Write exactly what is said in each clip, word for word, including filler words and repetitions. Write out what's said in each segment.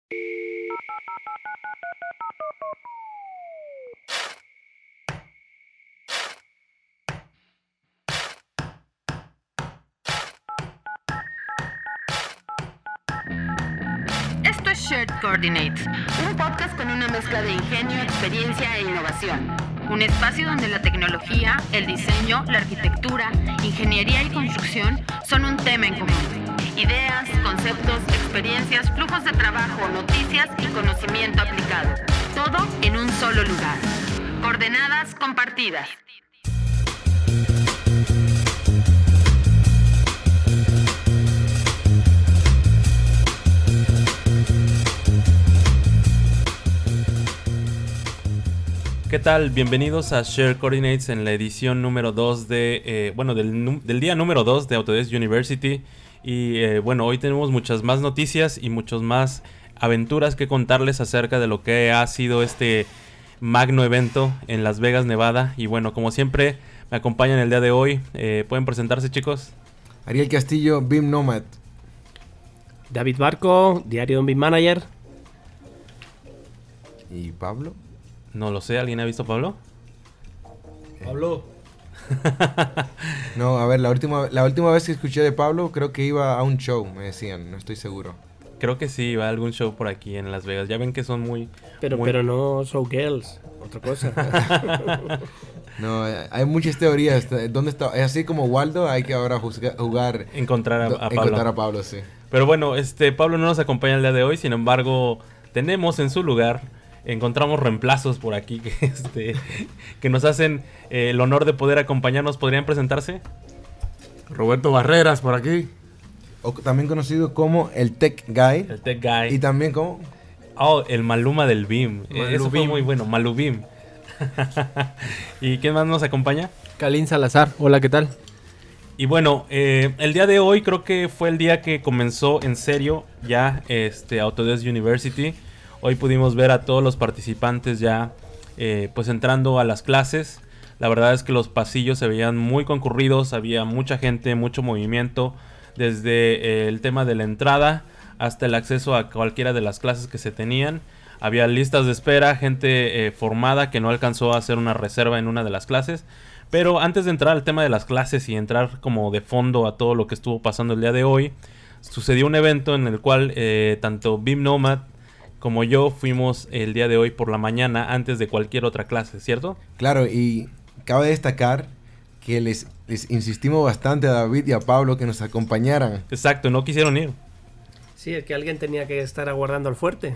Esto es Shared Coordinates, un podcast con una mezcla de ingenio, experiencia e innovación. Un espacio donde la tecnología, el diseño, la arquitectura, ingeniería y construcción son un tema en común. Ideas, conceptos, experiencias, flujos de trabajo, noticias y conocimiento aplicado. Todo en un solo lugar. Coordenadas compartidas. ¿Qué tal? Bienvenidos a Share Coordinates en la edición número dos de, eh, bueno, del, del día número dos de Autodesk University. Y eh, bueno, hoy tenemos muchas más noticias y muchas más aventuras que contarles acerca de lo que ha sido este magno evento en Las Vegas, Nevada. Y bueno, como siempre, me acompañan el día de hoy. Eh, ¿Pueden presentarse, chicos? Ariel Castillo, B I M Nomad. David Barco, Diario de un B I M Manager. ¿Y Pablo? No lo sé, ¿alguien ha visto a Pablo? Pablo. No, a ver, la última, la última vez que escuché de Pablo creo que iba a un show, me decían, no estoy seguro. Creo que sí, va a algún show por aquí en Las Vegas. Ya ven que son muy... Pero, muy... pero no Showgirls, otra cosa. No, hay muchas teorías. ¿Dónde está? Es así como Waldo, hay que ahora juzgar, jugar... Encontrar a, a Pablo. Encontrar a Pablo, sí. Pero bueno, este Pablo no nos acompaña el día de hoy, sin embargo, tenemos en su lugar... Encontramos reemplazos por aquí que, este, que nos hacen eh, el honor de poder acompañarnos. ¿Podrían presentarse? Roberto Barreras por aquí. O también conocido como el Tech Guy. El Tech Guy. Y también como... Oh, el Maluma del B I M. Malubim. Eso fue muy bueno, Malubim. ¿Y quién más nos acompaña? Kalin Salazar, hola, ¿qué tal? Y bueno, eh, el día de hoy creo que fue el día que comenzó en serio ya este, Autodesk University. Hoy pudimos ver a todos los participantes ya eh, pues entrando a las clases. La verdad es que los pasillos se veían muy concurridos, había mucha gente, mucho movimiento, desde eh, el tema de la entrada hasta el acceso a cualquiera de las clases que se tenían. Había listas de espera, gente eh, formada que no alcanzó a hacer una reserva en una de las clases. Pero antes de entrar al tema de las clases y entrar como de fondo a todo lo que estuvo pasando el día de hoy, sucedió un evento en el cual eh, tanto B I M Nomad como yo fuimos el día de hoy por la mañana antes de cualquier otra clase, ¿cierto? Claro, y cabe destacar que les, les insistimos bastante a David y a Pablo que nos acompañaran. Exacto, no quisieron ir. Sí, es que alguien tenía que estar aguardando al fuerte.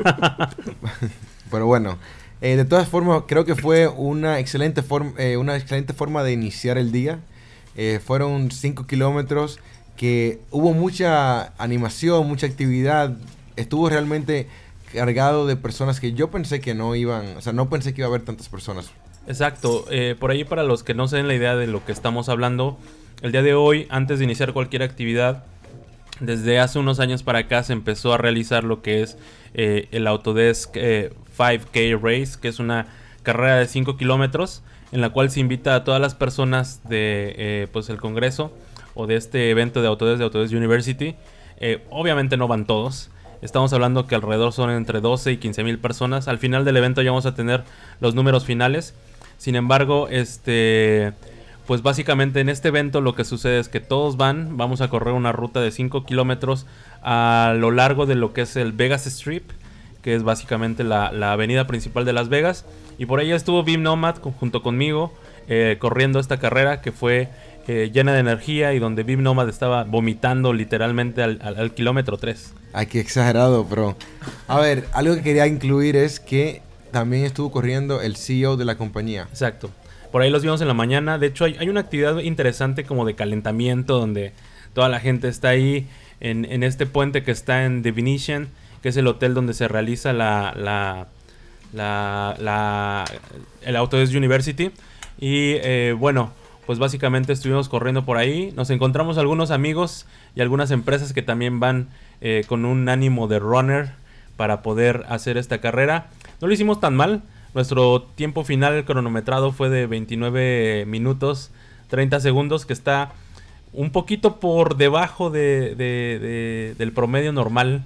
Pero bueno, eh, de todas formas creo que fue una excelente, form eh, una excelente forma de iniciar el día. Eh, fueron cinco kilómetros que hubo mucha animación, mucha actividad. Estuvo realmente cargado de personas que yo pensé que no iban, o sea, no pensé que iba a haber tantas personas. Exacto, eh, por ahí para los que no se den la idea de lo que estamos hablando, el día de hoy, antes de iniciar cualquier actividad, desde hace unos años para acá se empezó a realizar lo que es eh, el Autodesk eh, cinco K Race, que es una carrera de cinco kilómetros, en la cual se invita a todas las personas de eh, pues el congreso o de este evento de Autodesk, de Autodesk University. Eh, obviamente no van todos. Estamos hablando que alrededor son entre doce y quince mil personas. Al final del evento ya vamos a tener los números finales. Sin embargo, este, pues básicamente en este evento lo que sucede es que todos van, vamos a correr una ruta de cinco kilómetros a lo largo de lo que es el Vegas Strip, que es básicamente la, la avenida principal de Las Vegas. Y por ahí estuvo B I M Nomad junto conmigo eh, corriendo esta carrera que fue eh, llena de energía y donde B I M Nomad estaba vomitando literalmente al, al, al kilómetro tres. Ay, qué exagerado, pero... A ver, algo que quería incluir es que también estuvo corriendo el C E O de la compañía. Exacto. Por ahí los vimos en la mañana. De hecho, hay, hay una actividad interesante como de calentamiento donde toda la gente está ahí en, en este puente que está en The Venetian, que es el hotel donde se realiza la, la, la, la el Autodesk University. Y eh, bueno, pues básicamente estuvimos corriendo por ahí. Nos encontramos algunos amigos y algunas empresas que también van eh, con un ánimo de runner para poder hacer esta carrera. No lo hicimos tan mal. Nuestro tiempo final cronometrado fue de veintinueve minutos treinta segundos, que está un poquito por debajo de, de, de, del promedio normal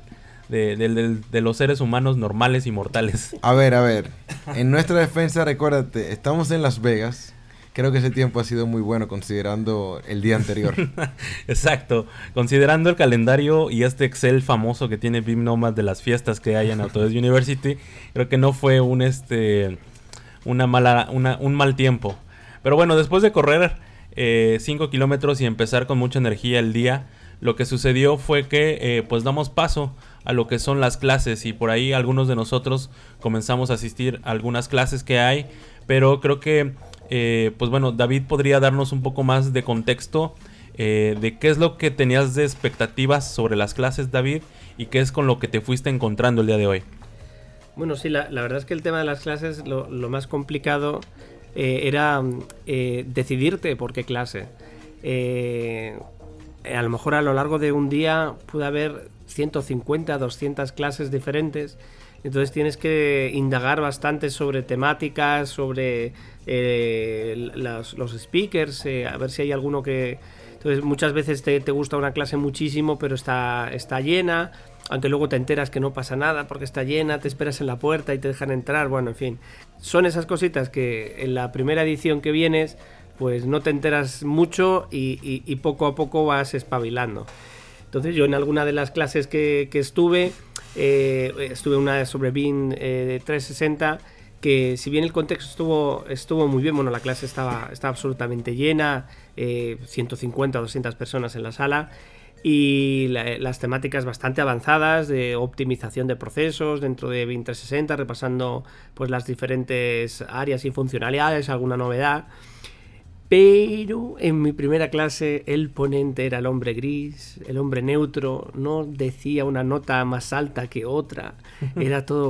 de, de, de, de los seres humanos normales y mortales. A ver, a ver. En nuestra defensa, recuérdate, estamos en Las Vegas. Creo que ese tiempo ha sido muy bueno considerando el día anterior. Exacto. Considerando el calendario y este Excel famoso que tiene B I M Nomad de las fiestas que hay en Autodesk University, creo que no fue un este una mala una, un mal tiempo. Pero bueno, después de correr cinco eh, kilómetros y empezar con mucha energía el día, lo que sucedió fue que eh, pues damos paso a lo que son las clases, y por ahí algunos de nosotros comenzamos a asistir a algunas clases que hay, pero creo que Eh, pues bueno, David podría darnos un poco más de contexto eh, de qué es lo que tenías de expectativas sobre las clases, David, y qué es con lo que te fuiste encontrando el día de hoy. Bueno, sí, la, la verdad es que el tema de las clases, lo, lo más complicado eh, era eh, decidirte por qué clase. Eh, a lo mejor a lo largo de un día puede haber ciento cincuenta, doscientas clases diferentes. Entonces tienes que indagar bastante sobre temáticas, sobre eh, los, los speakers, eh, a ver si hay alguno que... Entonces muchas veces te, te gusta una clase muchísimo, pero está, está llena, aunque luego te enteras que no pasa nada porque está llena, te esperas en la puerta y te dejan entrar, bueno, en fin. Son esas cositas que en la primera edición que vienes, pues no te enteras mucho y, y, y poco a poco vas espabilando. Entonces yo en alguna de las clases que, que estuve... Eh, estuve una sobre B I M eh, trescientos sesenta, que si bien el contexto estuvo, estuvo muy bien, bueno, la clase estaba, estaba absolutamente llena, eh, ciento cincuenta o doscientas personas en la sala, y la, las temáticas bastante avanzadas de optimización de procesos dentro de B I M trescientos sesenta, repasando pues las diferentes áreas y funcionalidades, alguna novedad. Pero en mi primera clase el ponente era el hombre gris, el hombre neutro, no decía una nota más alta que otra, era todo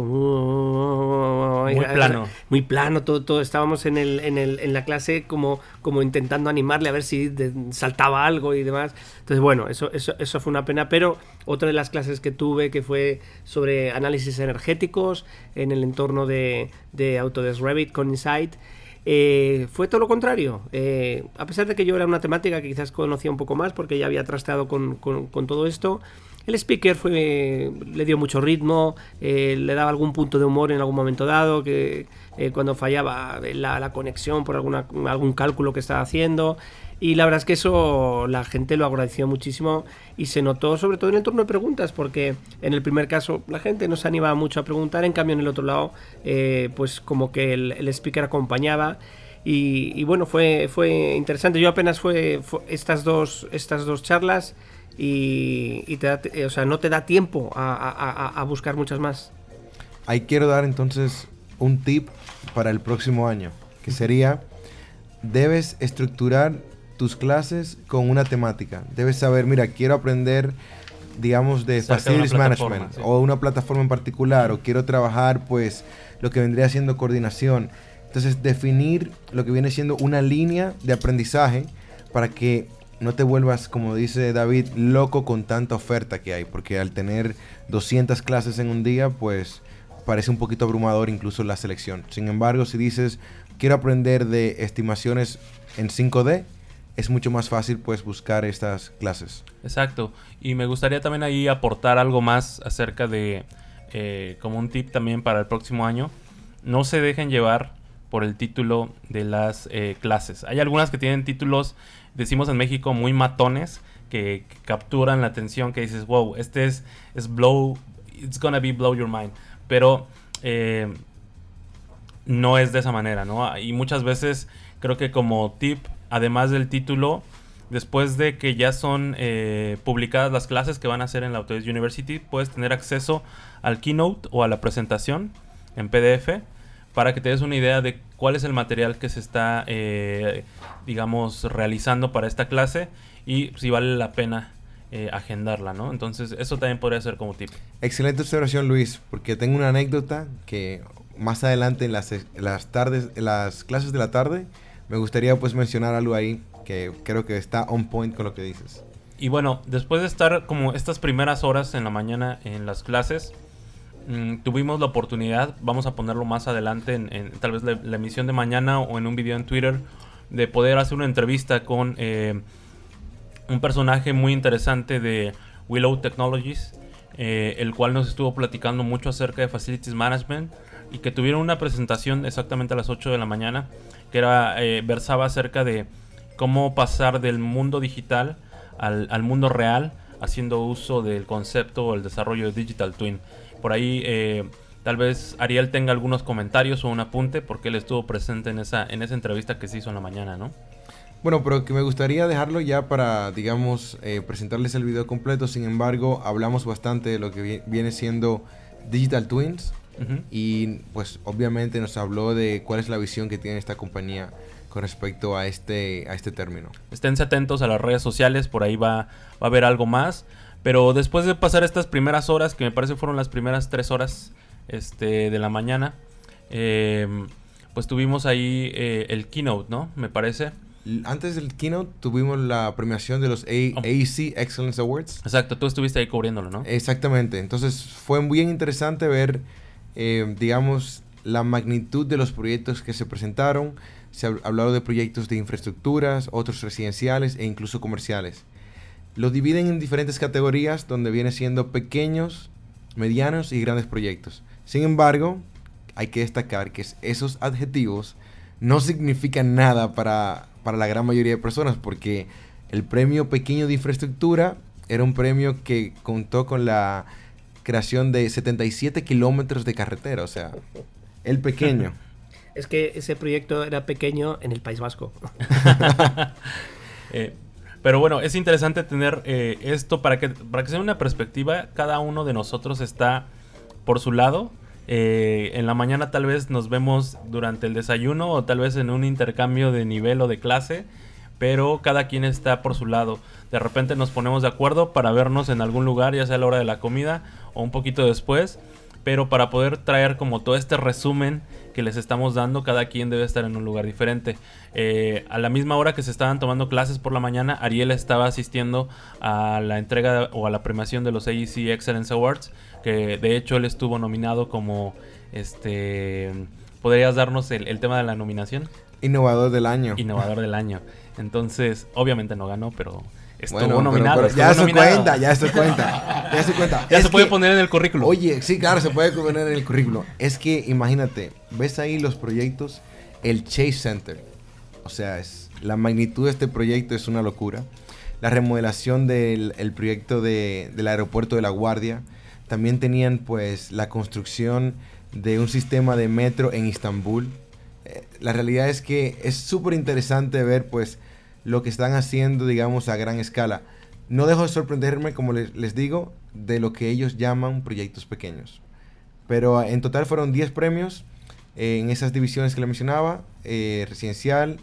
muy era, plano, muy plano, todo, todo. Estábamos en, el, en, el, en la clase como, como intentando animarle a ver si de, saltaba algo y demás. Entonces bueno, eso, eso, eso fue una pena, pero otra de las clases que tuve, que fue sobre análisis energéticos en el entorno de, de Autodesk Revit con Insight, Eh, fue todo lo contrario. Eh, a pesar de que yo era una temática que quizás conocía un poco más porque ya había trasteado con, con, con todo esto, el speaker fue, le dio mucho ritmo, eh, le daba algún punto de humor en algún momento dado, que eh, cuando fallaba la, la conexión por alguna, algún cálculo que estaba haciendo. Y la verdad es que eso la gente lo agradeció muchísimo y se notó sobre todo en el turno de preguntas, porque en el primer caso la gente no se animaba mucho a preguntar, en cambio en el otro lado eh, pues como que el, el speaker acompañaba y, y bueno, fue, fue interesante. Yo apenas fue, fue estas, dos, estas dos charlas y, y te da, o sea, no te da tiempo a, a, a buscar muchas más. Ahí quiero dar entonces un tip para el próximo año, que sería: debes estructurar tus clases con una temática. Debes saber, mira, quiero aprender, digamos, de Facilities Management, sí, o una plataforma en particular, o quiero trabajar, pues, lo que vendría siendo coordinación. Entonces, definir lo que viene siendo una línea de aprendizaje para que no te vuelvas, como dice David, loco con tanta oferta que hay, porque al tener doscientas clases en un día, pues, parece un poquito abrumador incluso la selección. Sin embargo, si dices, quiero aprender de estimaciones en cinco D, es mucho más fácil pues buscar estas clases. Exacto. Y me gustaría también ahí aportar algo más acerca de, eh, como un tip también para el próximo año. No se dejen llevar por el título de las eh, clases. Hay algunas que tienen títulos, decimos en México, muy matones, que, que capturan la atención, que dices, wow, este es, es blow, it's gonna be blow your mind. Pero eh, no es de esa manera, ¿no? Y muchas veces creo que como tip, además del título, después de que ya son eh, publicadas las clases que van a hacer en la Autodesk University, puedes tener acceso al keynote o a la presentación en P D F para que te des una idea de cuál es el material que se está, eh, digamos, realizando para esta clase y si vale la pena eh, agendarla, ¿no? Entonces, eso también podría ser como tip. Excelente observación, Luis, porque tengo una anécdota que más adelante en las, en las tardes, en las clases de la tarde, me gustaría pues mencionar algo ahí que creo que está on point con lo que dices. Y bueno, después de estar como estas primeras horas en la mañana en las clases, mmm, tuvimos la oportunidad, vamos a ponerlo más adelante en, en tal vez la, la emisión de mañana o en un video en Twitter, de poder hacer una entrevista con eh, un personaje muy interesante de Willow Technologies, eh, el cual nos estuvo platicando mucho acerca de Facilities Management y que tuvieron una presentación exactamente a las ocho de la mañana que era, eh, versaba acerca de cómo pasar del mundo digital al, al mundo real haciendo uso del concepto o el desarrollo de Digital Twin. Por ahí eh, tal vez Ariel tenga algunos comentarios o un apunte porque él estuvo presente en esa, en esa entrevista que se hizo en la mañana, ¿no? Bueno, pero que me gustaría dejarlo ya para, digamos, eh, presentarles el video completo. Sin embargo, hablamos bastante de lo que vi- viene siendo Digital Twins. Uh-huh. Y pues obviamente nos habló de cuál es la visión que tiene esta compañía con respecto a este, a este término. Esténse atentos a las redes sociales, por ahí va, va a haber algo más. Pero después de pasar estas primeras horas, que me parece fueron las primeras tres horas este, de la mañana, eh, pues tuvimos ahí eh, el keynote, ¿no? Me parece. Antes del keynote tuvimos la premiación de los A- oh. A E C Excellence Awards. Exacto, tú estuviste ahí cubriéndolo, ¿no? Exactamente, entonces fue bien interesante ver, eh, digamos, la magnitud de los proyectos que se presentaron. Se ha hablado de proyectos de infraestructuras, otros residenciales e incluso comerciales. Lo dividen en diferentes categorías donde viene siendo pequeños, medianos y grandes proyectos. Sin embargo, hay que destacar que esos adjetivos no significan nada para, para la gran mayoría de personas, porque el premio pequeño de infraestructura era un premio que contó con la creación de setenta y siete kilómetros de carretera, o sea, el pequeño. Es que ese proyecto era pequeño en el País Vasco. eh, pero bueno, es interesante tener eh, esto para que, para que sea una perspectiva. Cada uno de nosotros está por su lado. Eh, en la mañana tal vez nos vemos durante el desayuno o tal vez en un intercambio de nivel o de clase, pero cada quien está por su lado. De repente nos ponemos de acuerdo para vernos en algún lugar, ya sea a la hora de la comida o un poquito después, pero para poder traer como todo este resumen que les estamos dando, cada quien debe estar en un lugar diferente. Eh, a la misma hora que se estaban tomando clases por la mañana, Ariel estaba asistiendo a la entrega o a la premiación de los A E C Excellence Awards, que de hecho él estuvo nominado como, este, ¿podrías darnos el, el tema de la nominación? Innovador del año. Innovador del año. Entonces, obviamente no ganó, pero estuvo bueno, nominado. Pero, pero ya estuvo se nominado. cuenta, ya se cuenta, ya se cuenta. Ya es se puede que, poner en el currículo. Oye, sí, claro, se puede poner en el currículo. Es que, imagínate, ves ahí los proyectos, el Chase Center. O sea, es, la magnitud de este proyecto es una locura. La remodelación del el proyecto de, del aeropuerto de La Guardia. También tenían, pues, la construcción de un sistema de metro en Istambul. Eh, la realidad es que es súper interesante ver, pues, lo que están haciendo, digamos, a gran escala. No dejo de sorprenderme, como les, les digo, de lo que ellos llaman proyectos pequeños. Pero en total fueron diez premios eh, en esas divisiones que le mencionaba, eh, residencial,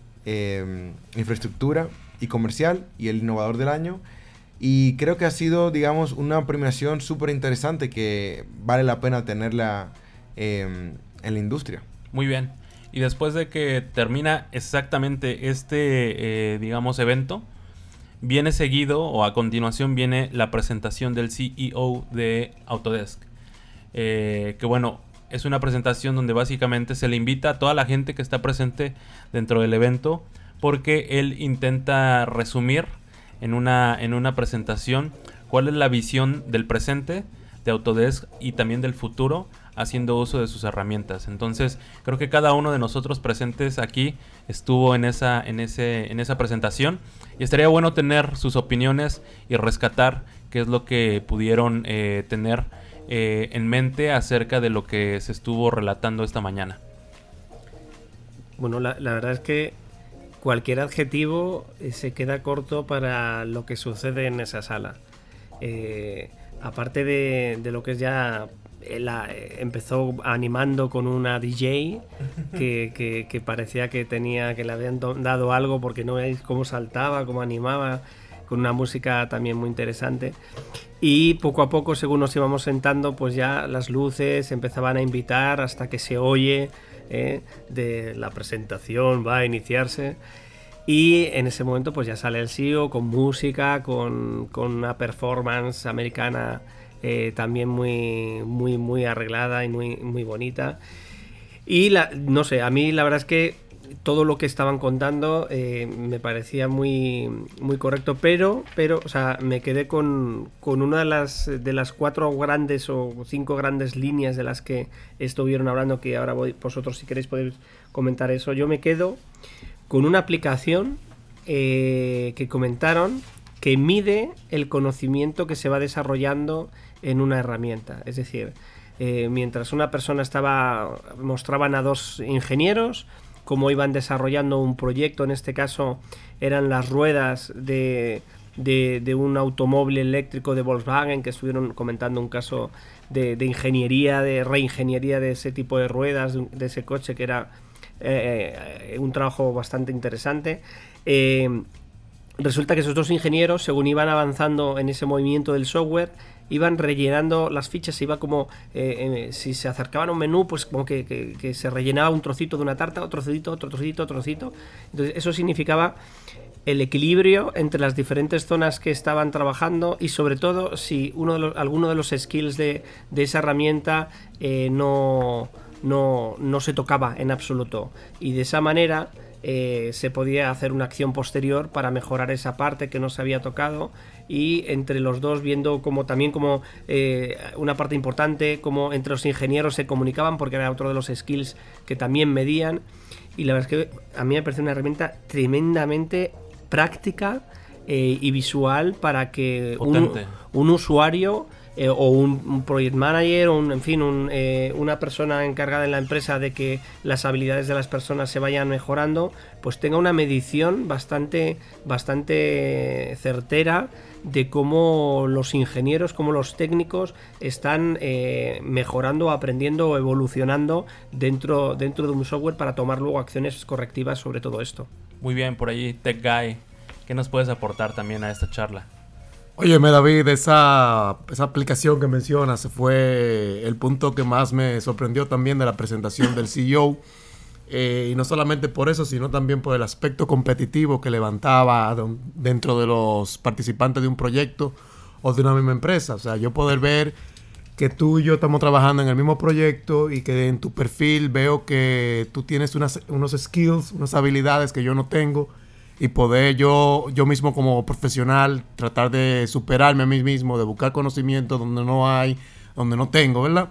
eh, infraestructura y comercial, y el innovador del año. Y creo que ha sido, digamos, una premiación súper interesante que vale la pena tenerla eh, en la industria. Muy bien. Y después de que termina exactamente este, eh, digamos, evento, viene seguido, o a continuación viene la presentación del C E O de Autodesk. Eh, que bueno, es una presentación donde básicamente se le invita a toda la gente que está presente dentro del evento, porque él intenta resumir en una, en una presentación cuál es la visión del presente de Autodesk y también del futuro, haciendo uso de sus herramientas. Entonces, creo que cada uno de nosotros presentes aquí estuvo en esa, en ese, en esa presentación, y estaría bueno tener sus opiniones y rescatar qué es lo que pudieron eh, tener eh, en mente acerca de lo que se estuvo relatando esta mañana. Bueno, la, la verdad es que cualquier adjetivo eh, se queda corto para lo que sucede en esa sala. Eh, aparte de, de lo que es ya... La, empezó animando con una D J que, que, que parecía que tenía que le habían dado algo, porque no veis cómo saltaba, cómo animaba, con una música también muy interesante. Y poco a poco, según nos íbamos sentando, pues ya las luces empezaban a invitar hasta que se oye eh, de la presentación va a iniciarse. Y en ese momento pues ya sale el C E O con música, con, con una performance americana Eh, también muy muy muy arreglada y muy muy bonita. Y la, no sé, a mí la verdad es que todo lo que estaban contando eh, me parecía muy, muy correcto, pero, pero o sea, me quedé con, con una de las, de las cuatro grandes o cinco grandes líneas de las que estuvieron hablando, que ahora voy, vosotros si queréis podéis comentar eso. Yo me quedo con una aplicación eh, que comentaron que mide el conocimiento que se va desarrollando en una herramienta. Es decir, eh, mientras una persona estaba, mostraban a dos ingenieros cómo iban desarrollando un proyecto, en este caso eran las ruedas de, de, de un automóvil eléctrico de Volkswagen, que estuvieron comentando un caso de, de ingeniería, de reingeniería de ese tipo de ruedas, de, de ese coche, que era eh, un trabajo bastante interesante. Eh, Resulta que esos dos ingenieros, según iban avanzando en ese movimiento del software, iban rellenando las fichas, iba como, eh, eh, si se acercaban a un menú, pues como que, que, que se rellenaba un trocito de una tarta, otro trocito, otro trocito, otro trocito. Entonces eso significaba el equilibrio entre las diferentes zonas que estaban trabajando y sobre todo si uno de los, alguno de los skills de, de esa herramienta eh, no, no, no se tocaba en absoluto. Y de esa manera Eh, se podía hacer una acción posterior para mejorar esa parte que no se había tocado, y entre los dos viendo como también como eh, una parte importante, como entre los ingenieros se comunicaban, porque era otro de los skills que también medían. Y la verdad es que a mí me parece una herramienta tremendamente práctica eh, y visual para que un, un usuario Eh, o un, un project manager o un, en fin un, eh, una persona encargada en la empresa de que las habilidades de las personas se vayan mejorando, pues tenga una medición bastante bastante certera de cómo los ingenieros, cómo los técnicos están eh, mejorando, aprendiendo o evolucionando dentro, dentro de un software para tomar luego acciones correctivas sobre todo esto. Muy bien, por ahí Tech Guy, ¿qué nos puedes aportar también a esta charla? Óyeme, David, esa, esa aplicación que mencionas fue el punto que más me sorprendió también de la presentación del C E O. Eh, y no solamente por eso, sino también por el aspecto competitivo que levantaba dentro de los participantes de un proyecto o de una misma empresa. O sea, yo poder ver que tú y yo estamos trabajando en el mismo proyecto y que en tu perfil veo que tú tienes unas, unos skills, unas habilidades que yo no tengo, y poder yo, yo mismo como profesional tratar de superarme a mí mismo, de buscar conocimiento donde no hay, donde no tengo, ¿verdad?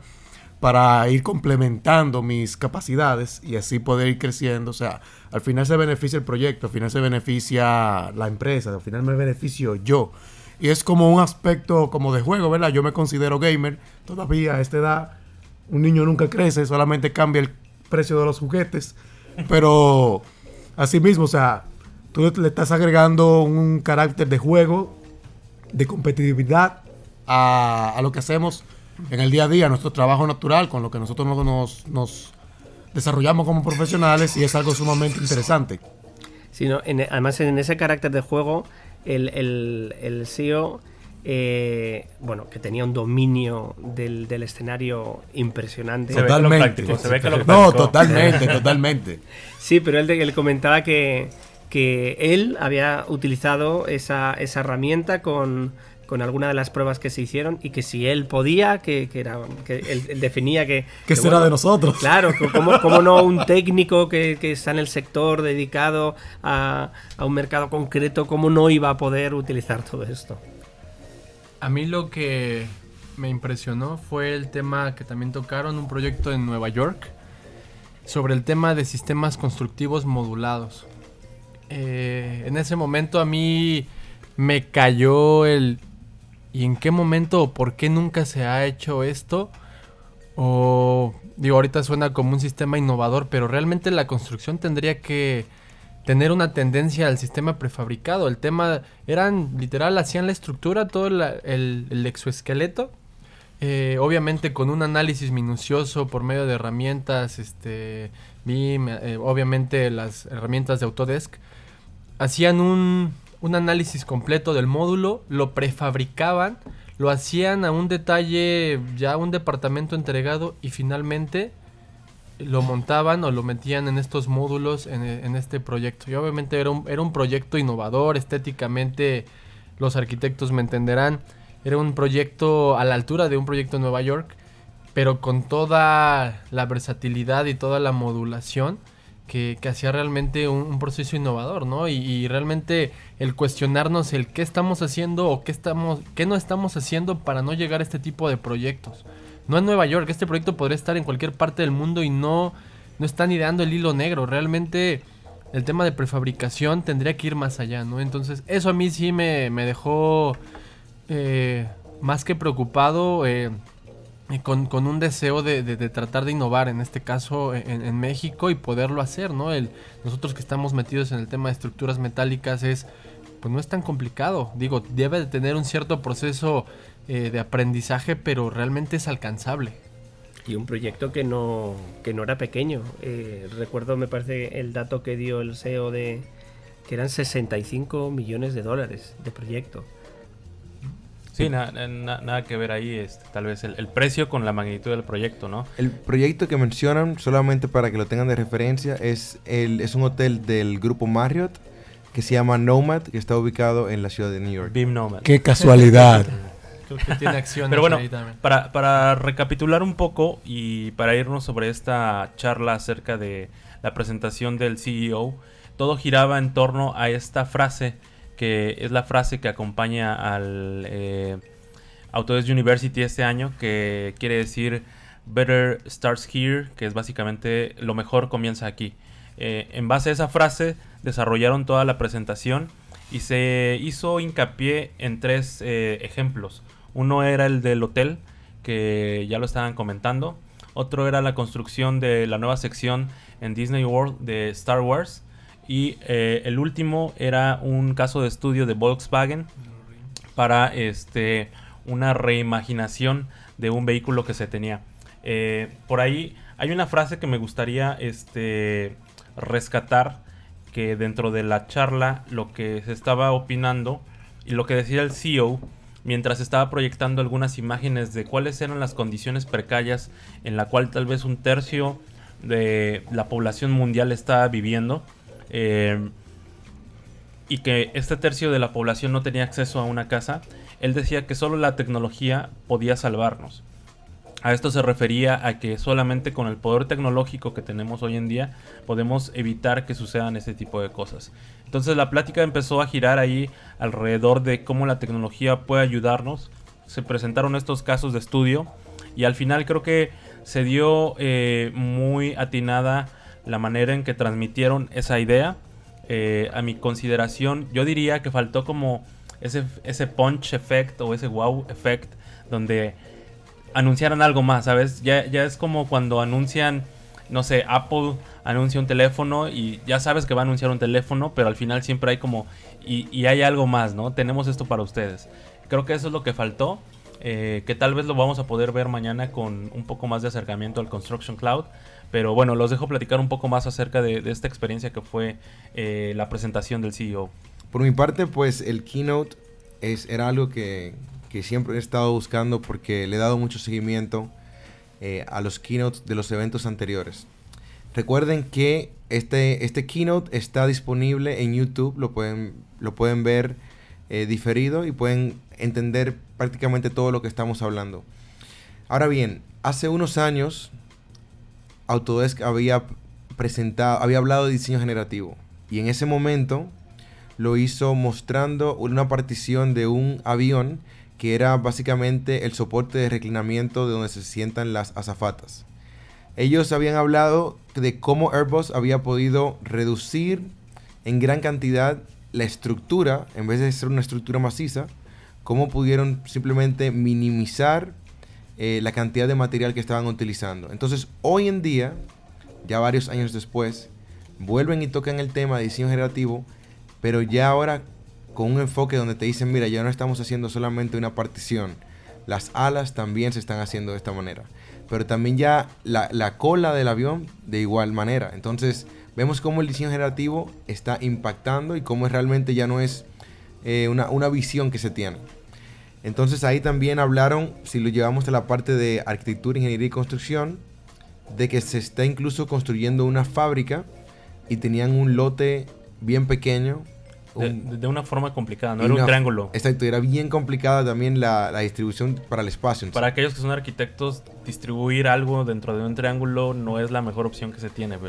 Para ir complementando mis capacidades y así poder ir creciendo. O sea, al final se beneficia el proyecto, al final se beneficia la empresa, al final me beneficio yo. Y es como un aspecto como de juego, ¿verdad? Yo me considero gamer todavía a esta edad. Un niño nunca crece, solamente cambia el precio de los juguetes. Pero así mismo, o sea, tú le estás agregando un carácter de juego, de competitividad a, a lo que hacemos en el día a día, nuestro trabajo natural, con lo que nosotros nos, nos, nos desarrollamos como profesionales, y es algo sumamente interesante. Sí, no, en, además, en ese carácter de juego, el, el, el C E O, eh, bueno, que tenía un dominio del, del escenario impresionante. Se totalmente. Ve que lo practicó, se ve que lo no, totalmente, totalmente. Sí, pero él, él comentaba que que él había utilizado esa, esa herramienta con, con alguna de las pruebas que se hicieron, y que si él podía, que, que, era, que él, él definía que... ¿Qué será bueno, de nosotros? Claro, ¿cómo, cómo no un técnico que, que está en el sector dedicado a, a un mercado concreto, cómo no iba a poder utilizar todo esto? A mí lo que me impresionó fue el tema que también tocaron, un proyecto en Nueva York, sobre el tema de sistemas constructivos modulados. Eh, en ese momento a mí me cayó el ¿y en qué momento o por qué nunca se ha hecho esto? O digo, ahorita suena como un sistema innovador, pero realmente la construcción tendría que tener una tendencia al sistema prefabricado. El tema eran literal, hacían la estructura, todo el, el, el exoesqueleto, eh, obviamente con un análisis minucioso por medio de herramientas este B I M, eh, obviamente las herramientas de Autodesk. Hacían un, un análisis completo del módulo, lo prefabricaban, lo hacían a un detalle, ya un departamento entregado, y finalmente lo montaban o lo metían en estos módulos en, en este proyecto. Y obviamente era un, era un proyecto innovador, estéticamente los arquitectos me entenderán. Era un proyecto a la altura de un proyecto en Nueva York, pero con toda la versatilidad y toda la modulación que, que hacía realmente un, un proceso innovador, ¿no? Y, y realmente el cuestionarnos el qué estamos haciendo o qué, estamos, qué no estamos haciendo para no llegar a este tipo de proyectos. No en Nueva York, este proyecto podría estar en cualquier parte del mundo y no, no están ideando el hilo negro. Realmente el tema de prefabricación tendría que ir más allá, ¿no? Entonces eso a mí sí me, me dejó eh, más que preocupado, eh, Con, con un deseo de, de, de tratar de innovar, en este caso en, en México, y poderlo hacer, ¿no? El, nosotros que estamos metidos en el tema de estructuras metálicas es, pues no es tan complicado. Digo, debe de tener un cierto proceso eh, de aprendizaje, pero realmente es alcanzable. Y un proyecto que no, que no era pequeño. Eh, recuerdo, me parece, el dato que dio el C E O de que eran sesenta y cinco millones de dólares de proyecto. Sí, na, na, nada que ver ahí, este, tal vez el, el precio con la magnitud del proyecto, ¿no? El proyecto que mencionan, solamente para que lo tengan de referencia, es, el, es un hotel del grupo Marriott que se llama Nomad, que está ubicado en la ciudad de New York. Beam Nomad. ¡Qué casualidad! Creo que tiene acciones. Pero bueno, ahí también. para, para recapitular un poco y para irnos sobre esta charla acerca de la presentación del C E O, todo giraba en torno a esta frase, que es la frase que acompaña al eh, Autodesk University este año, que quiere decir Better starts here, que es básicamente lo mejor comienza aquí. Eh, en base a esa frase desarrollaron toda la presentación y se hizo hincapié en tres eh, ejemplos. Uno era el del hotel, que ya lo estaban comentando. Otro era la construcción de la nueva sección en Disney World de Star Wars. Y eh, el último era un caso de estudio de Volkswagen para este, una reimaginación de un vehículo que se tenía. Eh, por ahí hay una frase que me gustaría este, rescatar, que dentro de la charla lo que se estaba opinando y lo que decía el C E O mientras estaba proyectando algunas imágenes de cuáles eran las condiciones precarias en la cual tal vez un tercio de la población mundial está viviendo. Eh, y que este tercio de la población no tenía acceso a una casa. Él decía que solo la tecnología podía salvarnos. A esto se refería a que solamente con el poder tecnológico que tenemos hoy en día podemos evitar que sucedan este tipo de cosas. Entonces la plática empezó a girar ahí alrededor de cómo la tecnología puede ayudarnos. Se presentaron estos casos de estudio y al final creo que se dio eh, muy atinada la manera en que transmitieron esa idea. Eh, a mi consideración, yo diría que faltó como ese, ese punch effect o ese wow effect donde anunciaran algo más, ¿sabes? Ya, ya es como cuando anuncian, no sé, Apple anuncia un teléfono y ya sabes que va a anunciar un teléfono, pero al final siempre hay como, y, y hay algo más, ¿no? Tenemos esto para ustedes. Creo que eso es lo que faltó, eh, que tal vez lo vamos a poder ver mañana con un poco más de acercamiento al Construction Cloud. Pero bueno, los dejo platicar un poco más acerca de, de esta experiencia que fue eh, la presentación del C E O. Por mi parte, pues el keynote es, era algo que, que siempre he estado buscando porque le he dado mucho seguimiento eh, a los keynotes de los eventos anteriores. Recuerden que este, este keynote está disponible en YouTube, lo pueden, lo pueden ver eh, diferido y pueden entender prácticamente todo lo que estamos hablando. Ahora bien, hace unos años Autodesk había presentado, había hablado de diseño generativo y en ese momento lo hizo mostrando una partición de un avión que era básicamente el soporte de reclinamiento de donde se sientan las azafatas. Ellos habían hablado de cómo Airbus había podido reducir en gran cantidad la estructura, en vez de ser una estructura maciza, cómo pudieron simplemente minimizar Eh, la cantidad de material que estaban utilizando. Entonces, hoy en día, ya varios años después, vuelven y tocan el tema de diseño generativo, pero ya ahora con un enfoque donde te dicen, mira, ya no estamos haciendo solamente una partición, las alas también se están haciendo de esta manera, pero también ya la, la cola del avión de igual manera. Entonces, vemos cómo el diseño generativo está impactando y cómo realmente ya no es eh, una, una visión que se tiene. Entonces ahí también hablaron, si lo llevamos a la parte de arquitectura, ingeniería y construcción, de que se está incluso construyendo una fábrica y tenían un lote bien pequeño. Un, de, de una forma complicada, no era un una, triángulo. Exacto, era bien complicada también la, la distribución para el espacio. Para aquellos que son arquitectos, distribuir algo dentro de un triángulo no es la mejor opción que se tiene, pero...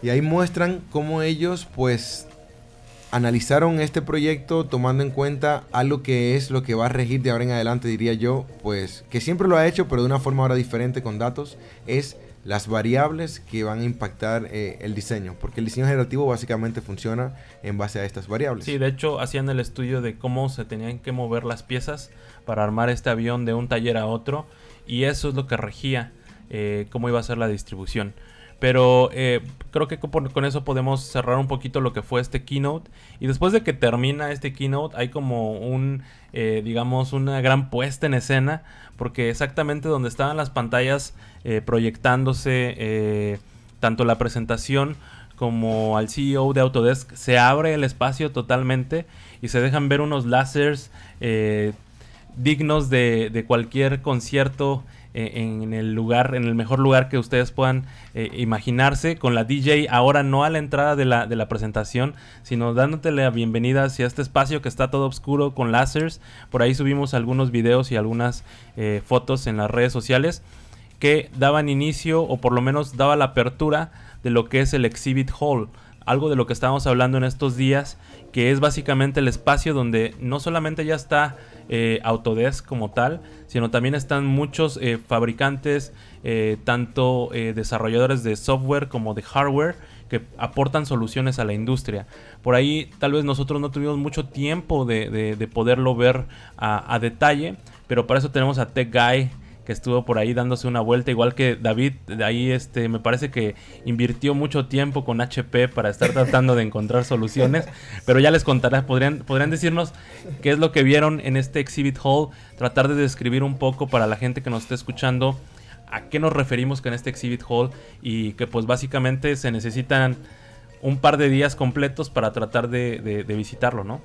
Y ahí muestran cómo ellos pues analizaron este proyecto tomando en cuenta algo que es lo que va a regir de ahora en adelante, diría yo, pues que siempre lo ha hecho, pero de una forma ahora diferente con datos, es las variables que van a impactar eh, el diseño, porque el diseño generativo básicamente funciona en base a estas variables. Sí, de hecho hacían el estudio de cómo se tenían que mover las piezas para armar este avión de un taller a otro, y eso es lo que regía eh, cómo iba a ser la distribución. Pero eh, creo que con, con eso podemos cerrar un poquito lo que fue este keynote. Y después de que termina este keynote hay como un, eh, digamos, una gran puesta en escena. Porque exactamente donde estaban las pantallas eh, proyectándose, eh, tanto la presentación como al C E O de Autodesk, se abre el espacio totalmente y se dejan ver unos láseres eh, dignos de, de cualquier concierto en el lugar, en el mejor lugar que ustedes puedan eh, imaginarse, con la D J ahora no a la entrada de la, de la presentación, sino dándote la bienvenida hacia este espacio que está todo oscuro con láseres. Por ahí subimos algunos videos y algunas eh, fotos en las redes sociales que daban inicio, o por lo menos daba la apertura de lo que es el Exhibit Hall, algo de lo que estábamos hablando en estos días, que es básicamente el espacio donde no solamente ya está eh, Autodesk como tal, sino también están muchos eh, fabricantes, eh, tanto eh, desarrolladores de software como de hardware, que aportan soluciones a la industria. Por ahí tal vez nosotros no tuvimos mucho tiempo de, de, de poderlo ver a, a detalle, pero para eso tenemos a Tech Guy, que estuvo por ahí dándose una vuelta, igual que David. De ahí este, me parece que invirtió mucho tiempo con H P para estar tratando de encontrar soluciones, pero ya les contarás. ¿Podrían, podrían decirnos qué es lo que vieron en este Exhibit Hall? Tratar de describir un poco para la gente que nos esté escuchando a qué nos referimos con este Exhibit Hall, y que pues básicamente se necesitan un par de días completos para tratar de, de, de visitarlo, ¿no?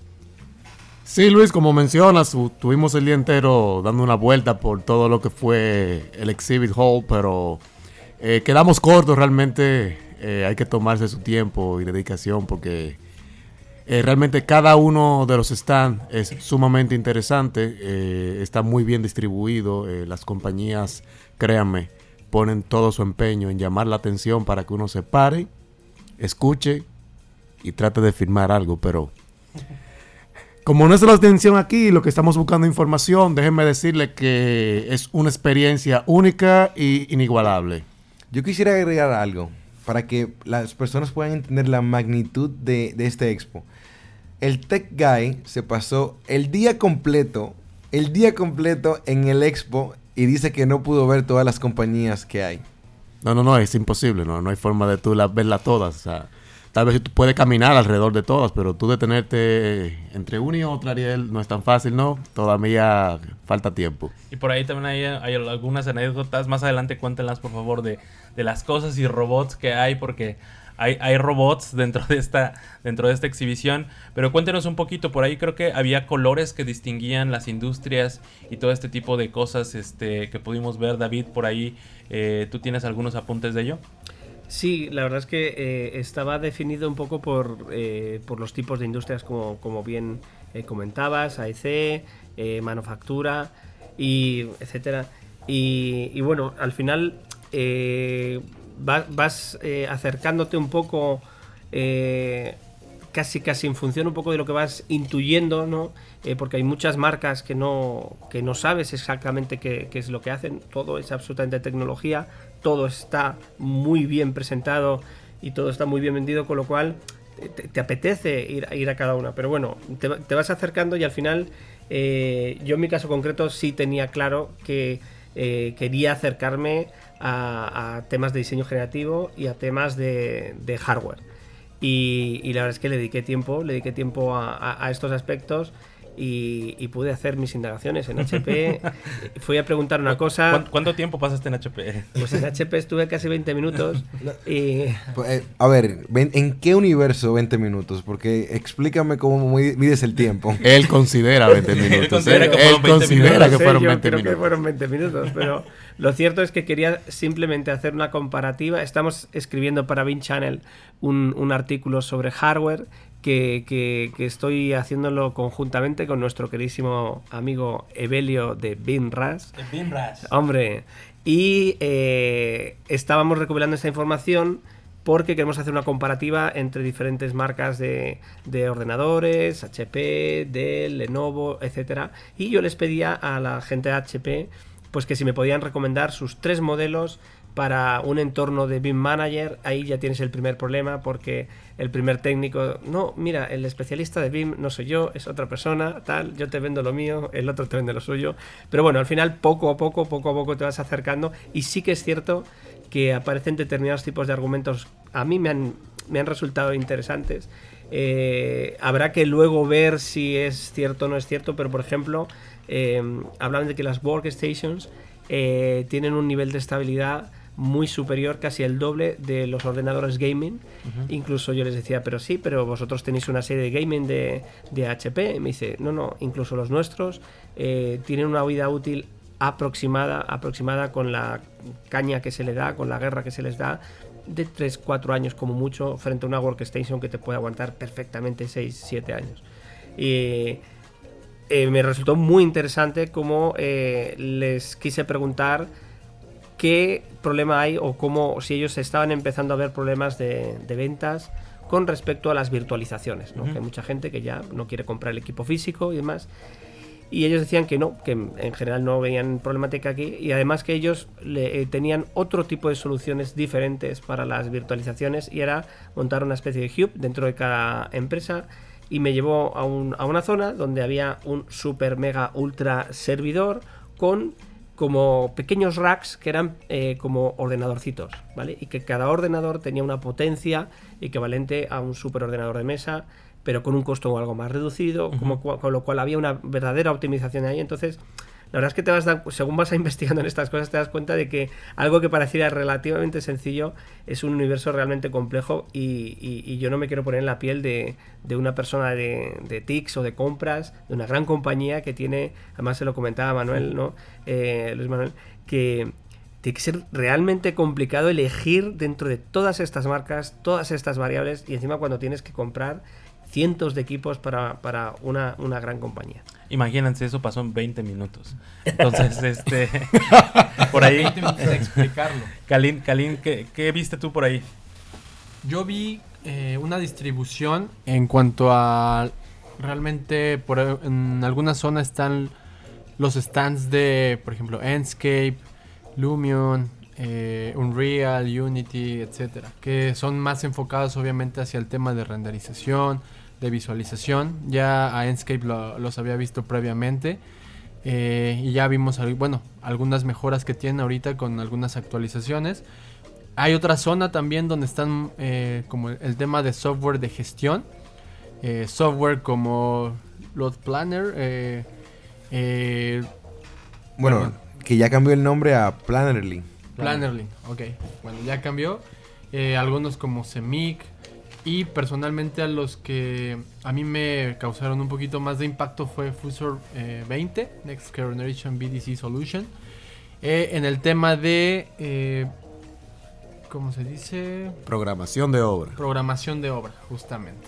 Sí, Luis, como mencionas, tuvimos el día entero dando una vuelta por todo lo que fue el Exhibit Hall, pero eh, quedamos cortos realmente. Eh, hay que tomarse su tiempo y dedicación, porque eh, realmente cada uno de los stands es sumamente interesante, eh, está muy bien distribuido. Eh, las compañías, créanme, ponen todo su empeño en llamar la atención para que uno se pare, escuche y trate de firmar algo, pero como no es la atención aquí, lo que estamos buscando información, déjenme decirle que es una experiencia única y inigualable. Yo quisiera agregar algo para que las personas puedan entender la magnitud de, de este expo. El Tech Guy se pasó el día completo, el día completo en el expo, y dice que no pudo ver todas las compañías que hay. No, no, no, es imposible, no, no hay forma de tú la, verlas todas, o sea, tal vez tú puedes caminar alrededor de todas, pero tú detenerte entre una y otra, Ariel, no es tan fácil, ¿no? Todavía falta tiempo. Y por ahí también hay, hay algunas anécdotas. Más adelante cuéntenlas, por favor, de, de las cosas y robots que hay, porque hay, hay robots dentro de esta dentro de esta exhibición. Pero cuéntenos un poquito. Por ahí creo que había colores que distinguían las industrias y todo este tipo de cosas este, que pudimos ver. David, por ahí, eh, ¿tú tienes algunos apuntes de ello? Sí, la verdad es que eh, estaba definido un poco por, eh, por los tipos de industrias, como, como bien eh, comentabas, A E C, eh, manufactura, y etcétera. Y, y bueno, al final eh, vas, vas eh, acercándote un poco, eh, casi casi en función un poco de lo que vas intuyendo, ¿no? Eh, porque hay muchas marcas que no, que no sabes exactamente qué, qué es lo que hacen. Todo es absolutamente tecnología, todo está muy bien presentado y todo está muy bien vendido, con lo cual te, te apetece ir, ir a cada una. Pero bueno, te, te vas acercando y al final, eh, yo en mi caso concreto sí tenía claro que eh, quería acercarme a, a temas de diseño generativo y a temas de, de hardware. Y, y la verdad es que le dediqué tiempo, le dediqué tiempo a, a, a estos aspectos. Y, y pude hacer mis indagaciones en H P. Fui a preguntar una cosa. ¿Cuánto, ¿Cuánto tiempo pasaste en H P? Pues en H P estuve casi veinte minutos. Y... Pues, eh, a ver, ¿en qué universo veinte minutos? Porque explícame cómo mides el tiempo. Él considera veinte minutos. Él considera que fueron veinte considera minutos. Que fueron veinte yo creo minutos. que fueron veinte minutos, pero lo cierto es que quería simplemente hacer una comparativa. Estamos escribiendo para Beam Channel un, un artículo sobre hardware. Que, que, que estoy haciéndolo conjuntamente con nuestro queridísimo amigo Evelio de BeamRAS. De BeamRAS. Hombre, y eh, estábamos recopilando esta información porque queremos hacer una comparativa entre diferentes marcas de, de ordenadores, H P, Dell, Lenovo, etcétera. Y yo les pedía a la gente de H P pues que si me podían recomendar sus tres modelos para un entorno de B I M Manager. Ahí ya tienes el primer problema, porque el primer técnico, no, mira, el especialista de B I M no soy yo, es otra persona, tal, yo te vendo lo mío, el otro te vende lo suyo. Pero bueno, al final poco a poco, poco a poco te vas acercando, y sí que es cierto que aparecen determinados tipos de argumentos. A mí me han, me han resultado interesantes. Eh, habrá que luego ver si es cierto o no es cierto, pero por ejemplo, eh, hablan de que las workstations eh, tienen un nivel de estabilidad muy superior, casi el doble de los ordenadores gaming. Uh-huh. Incluso yo les decía, pero sí, pero vosotros tenéis una serie de gaming de, de H P. Y me dice, no, no, incluso los nuestros eh, tienen una vida útil aproximada, aproximada con la caña que se le da, con la guerra que se les da, de tres cuatro años como mucho, frente a una workstation que te puede aguantar perfectamente seis siete años. Y eh, me resultó muy interesante cómo eh, les quise preguntar qué problema hay, o cómo, si ellos estaban empezando a ver problemas de, de ventas con respecto a las virtualizaciones, ¿no? Uh-huh. Que hay mucha gente que ya no quiere comprar el equipo físico y demás. Y ellos decían que no, que en general no veían problemática aquí, y además que ellos le, eh, tenían otro tipo de soluciones diferentes para las virtualizaciones, y era montar una especie de hub dentro de cada empresa. Y me llevó a, un, a una zona donde había un super mega ultra servidor con como pequeños racks que eran eh, como ordenadorcitos, ¿vale? Y que cada ordenador tenía una potencia equivalente a un superordenador de mesa, pero con un costo algo más reducido, uh-huh. como, con lo cual había una verdadera optimización ahí. Entonces, la verdad es que te vas da, según vas investigando en estas cosas, te das cuenta de que algo que pareciera relativamente sencillo es un universo realmente complejo, y, y, y yo no me quiero poner en la piel de, de una persona de, de T I Cs o de compras, de una gran compañía que tiene, además se lo comentaba Manuel, ¿no? Eh, Luis Manuel, que tiene que ser realmente complicado elegir dentro de todas estas marcas, todas estas variables, y encima cuando tienes que comprar cientos de equipos para, para una, una gran compañía. Imagínense, eso pasó en veinte minutos. Entonces, este... por ahí... veinte minutos de explicarlo. Kalin, Kalin, ¿qué, ¿qué viste tú por ahí? Yo vi eh, una distribución en cuanto a... Realmente, por, en alguna zona están los stands de, por ejemplo, Enscape, Lumion, eh, Unreal, Unity, etcétera, que son más enfocados obviamente hacia el tema de renderización, de visualización. Ya a Enscape lo, los había visto previamente, eh, y ya vimos, bueno, algunas mejoras que tienen ahorita con algunas actualizaciones. Hay otra zona también donde están eh, como el tema de software de gestión, eh, software como Load Planner, eh, eh, bueno, bueno, que ya cambió el nombre a Plannerly. Plannerly, ok, bueno, ya cambió. Eh, algunos como Semic. Y personalmente a los que a mí me causaron un poquito más de impacto fue Fusor eh, veinte, Next Generation B D C Solution. Eh, en el tema de, eh, ¿cómo se dice? Programación de obra. Programación de obra, justamente.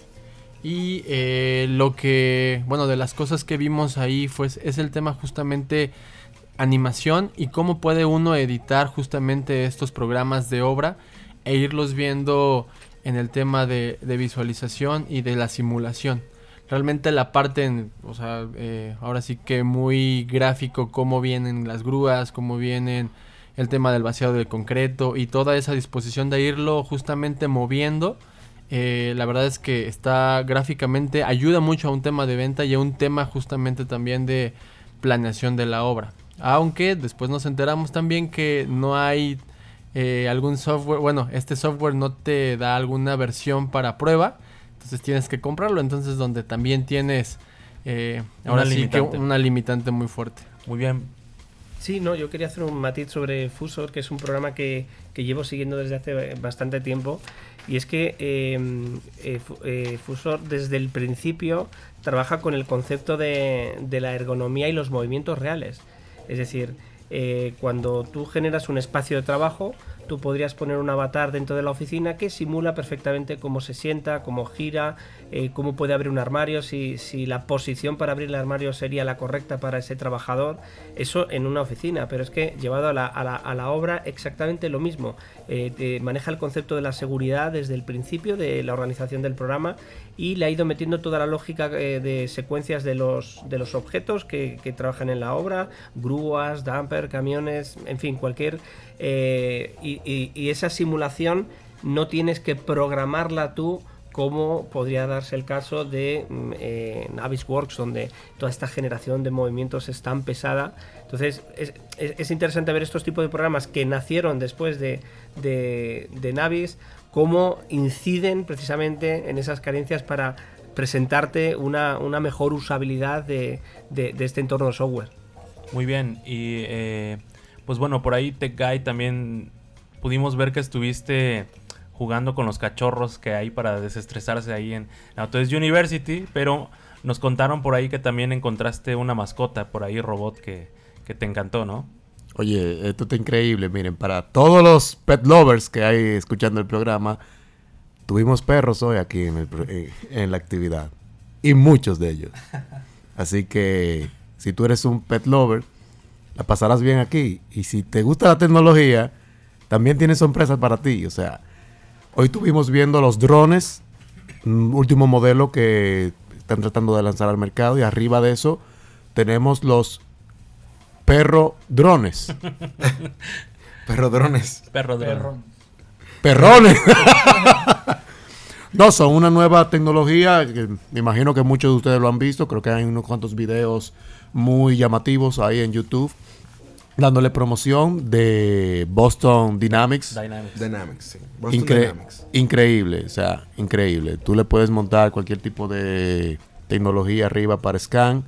Y eh, lo que, bueno, de las cosas que vimos ahí fue, es el tema justamente animación, y cómo puede uno editar justamente estos programas de obra e irlos viendo en el tema de, de visualización y de la simulación. Realmente la parte, en, o sea, eh, ahora sí que muy gráfico, cómo vienen las grúas, cómo vienen el tema del vaciado del concreto y toda esa disposición de irlo justamente moviendo. Eh, la verdad es que está gráficamente, ayuda mucho a un tema de venta y a un tema justamente también de planeación de la obra. Aunque después nos enteramos también que no hay eh, algún software, bueno, este software no te da alguna versión para prueba, entonces tienes que comprarlo, entonces donde también tienes eh, ahora sí que una limitante muy fuerte. Muy bien. Sí, no, yo quería hacer un matiz sobre Fusor, que es un programa que, que llevo siguiendo desde hace bastante tiempo, y es que eh, eh, eh, Fusor desde el principio trabaja con el concepto de, de la ergonomía y los movimientos reales. Es decir, eh, cuando tú generas un espacio de trabajo, tú podrías poner un avatar dentro de la oficina que simula perfectamente cómo se sienta, cómo gira, eh, cómo puede abrir un armario, si, si la posición para abrir el armario sería la correcta para ese trabajador. Eso en una oficina, pero es que llevado a la, a la, a la obra exactamente lo mismo. Eh, te maneja el concepto de la seguridad desde el principio de la organización del programa y le ha ido metiendo toda la lógica eh, de secuencias de los, de los objetos que, que trabajan en la obra, grúas, dumper, camiones, en fin, cualquier... Eh, y, y, y esa simulación no tienes que programarla tú, como podría darse el caso de eh, Navisworks, donde toda esta generación de movimientos es tan pesada. Entonces es, es, es interesante ver estos tipos de programas que nacieron después de, de, de Navis, cómo inciden precisamente en esas carencias para presentarte una, una mejor usabilidad de, de, de este entorno de software. Muy bien, y eh, pues bueno, por ahí Tech Guy también pudimos ver que estuviste jugando con los cachorros que hay para desestresarse ahí en Autodesk University, pero nos contaron por ahí que también encontraste una mascota por ahí, robot, que, que te encantó, ¿no? Oye, esto está increíble. Miren, para todos los pet lovers que hay escuchando el programa, tuvimos perros hoy aquí en, el, en la actividad, y muchos de ellos. Así que si tú eres un pet lover, la pasarás bien aquí. Y si te gusta la tecnología, también tiene sorpresas para ti. O sea, hoy estuvimos viendo los drones, un último modelo que están tratando de lanzar al mercado, y arriba de eso tenemos los perro drones. Perro drones. Perro drone. Perro. Perrones. No, son una nueva tecnología que me imagino que muchos de ustedes lo han visto. Creo que hay unos cuantos videos muy llamativos ahí en YouTube dándole promoción de Boston Dynamics. Dynamics. Dynamics, sí. Boston Incre- Dynamics. Increíble, o sea, increíble. Tú le puedes montar cualquier tipo de tecnología arriba para scan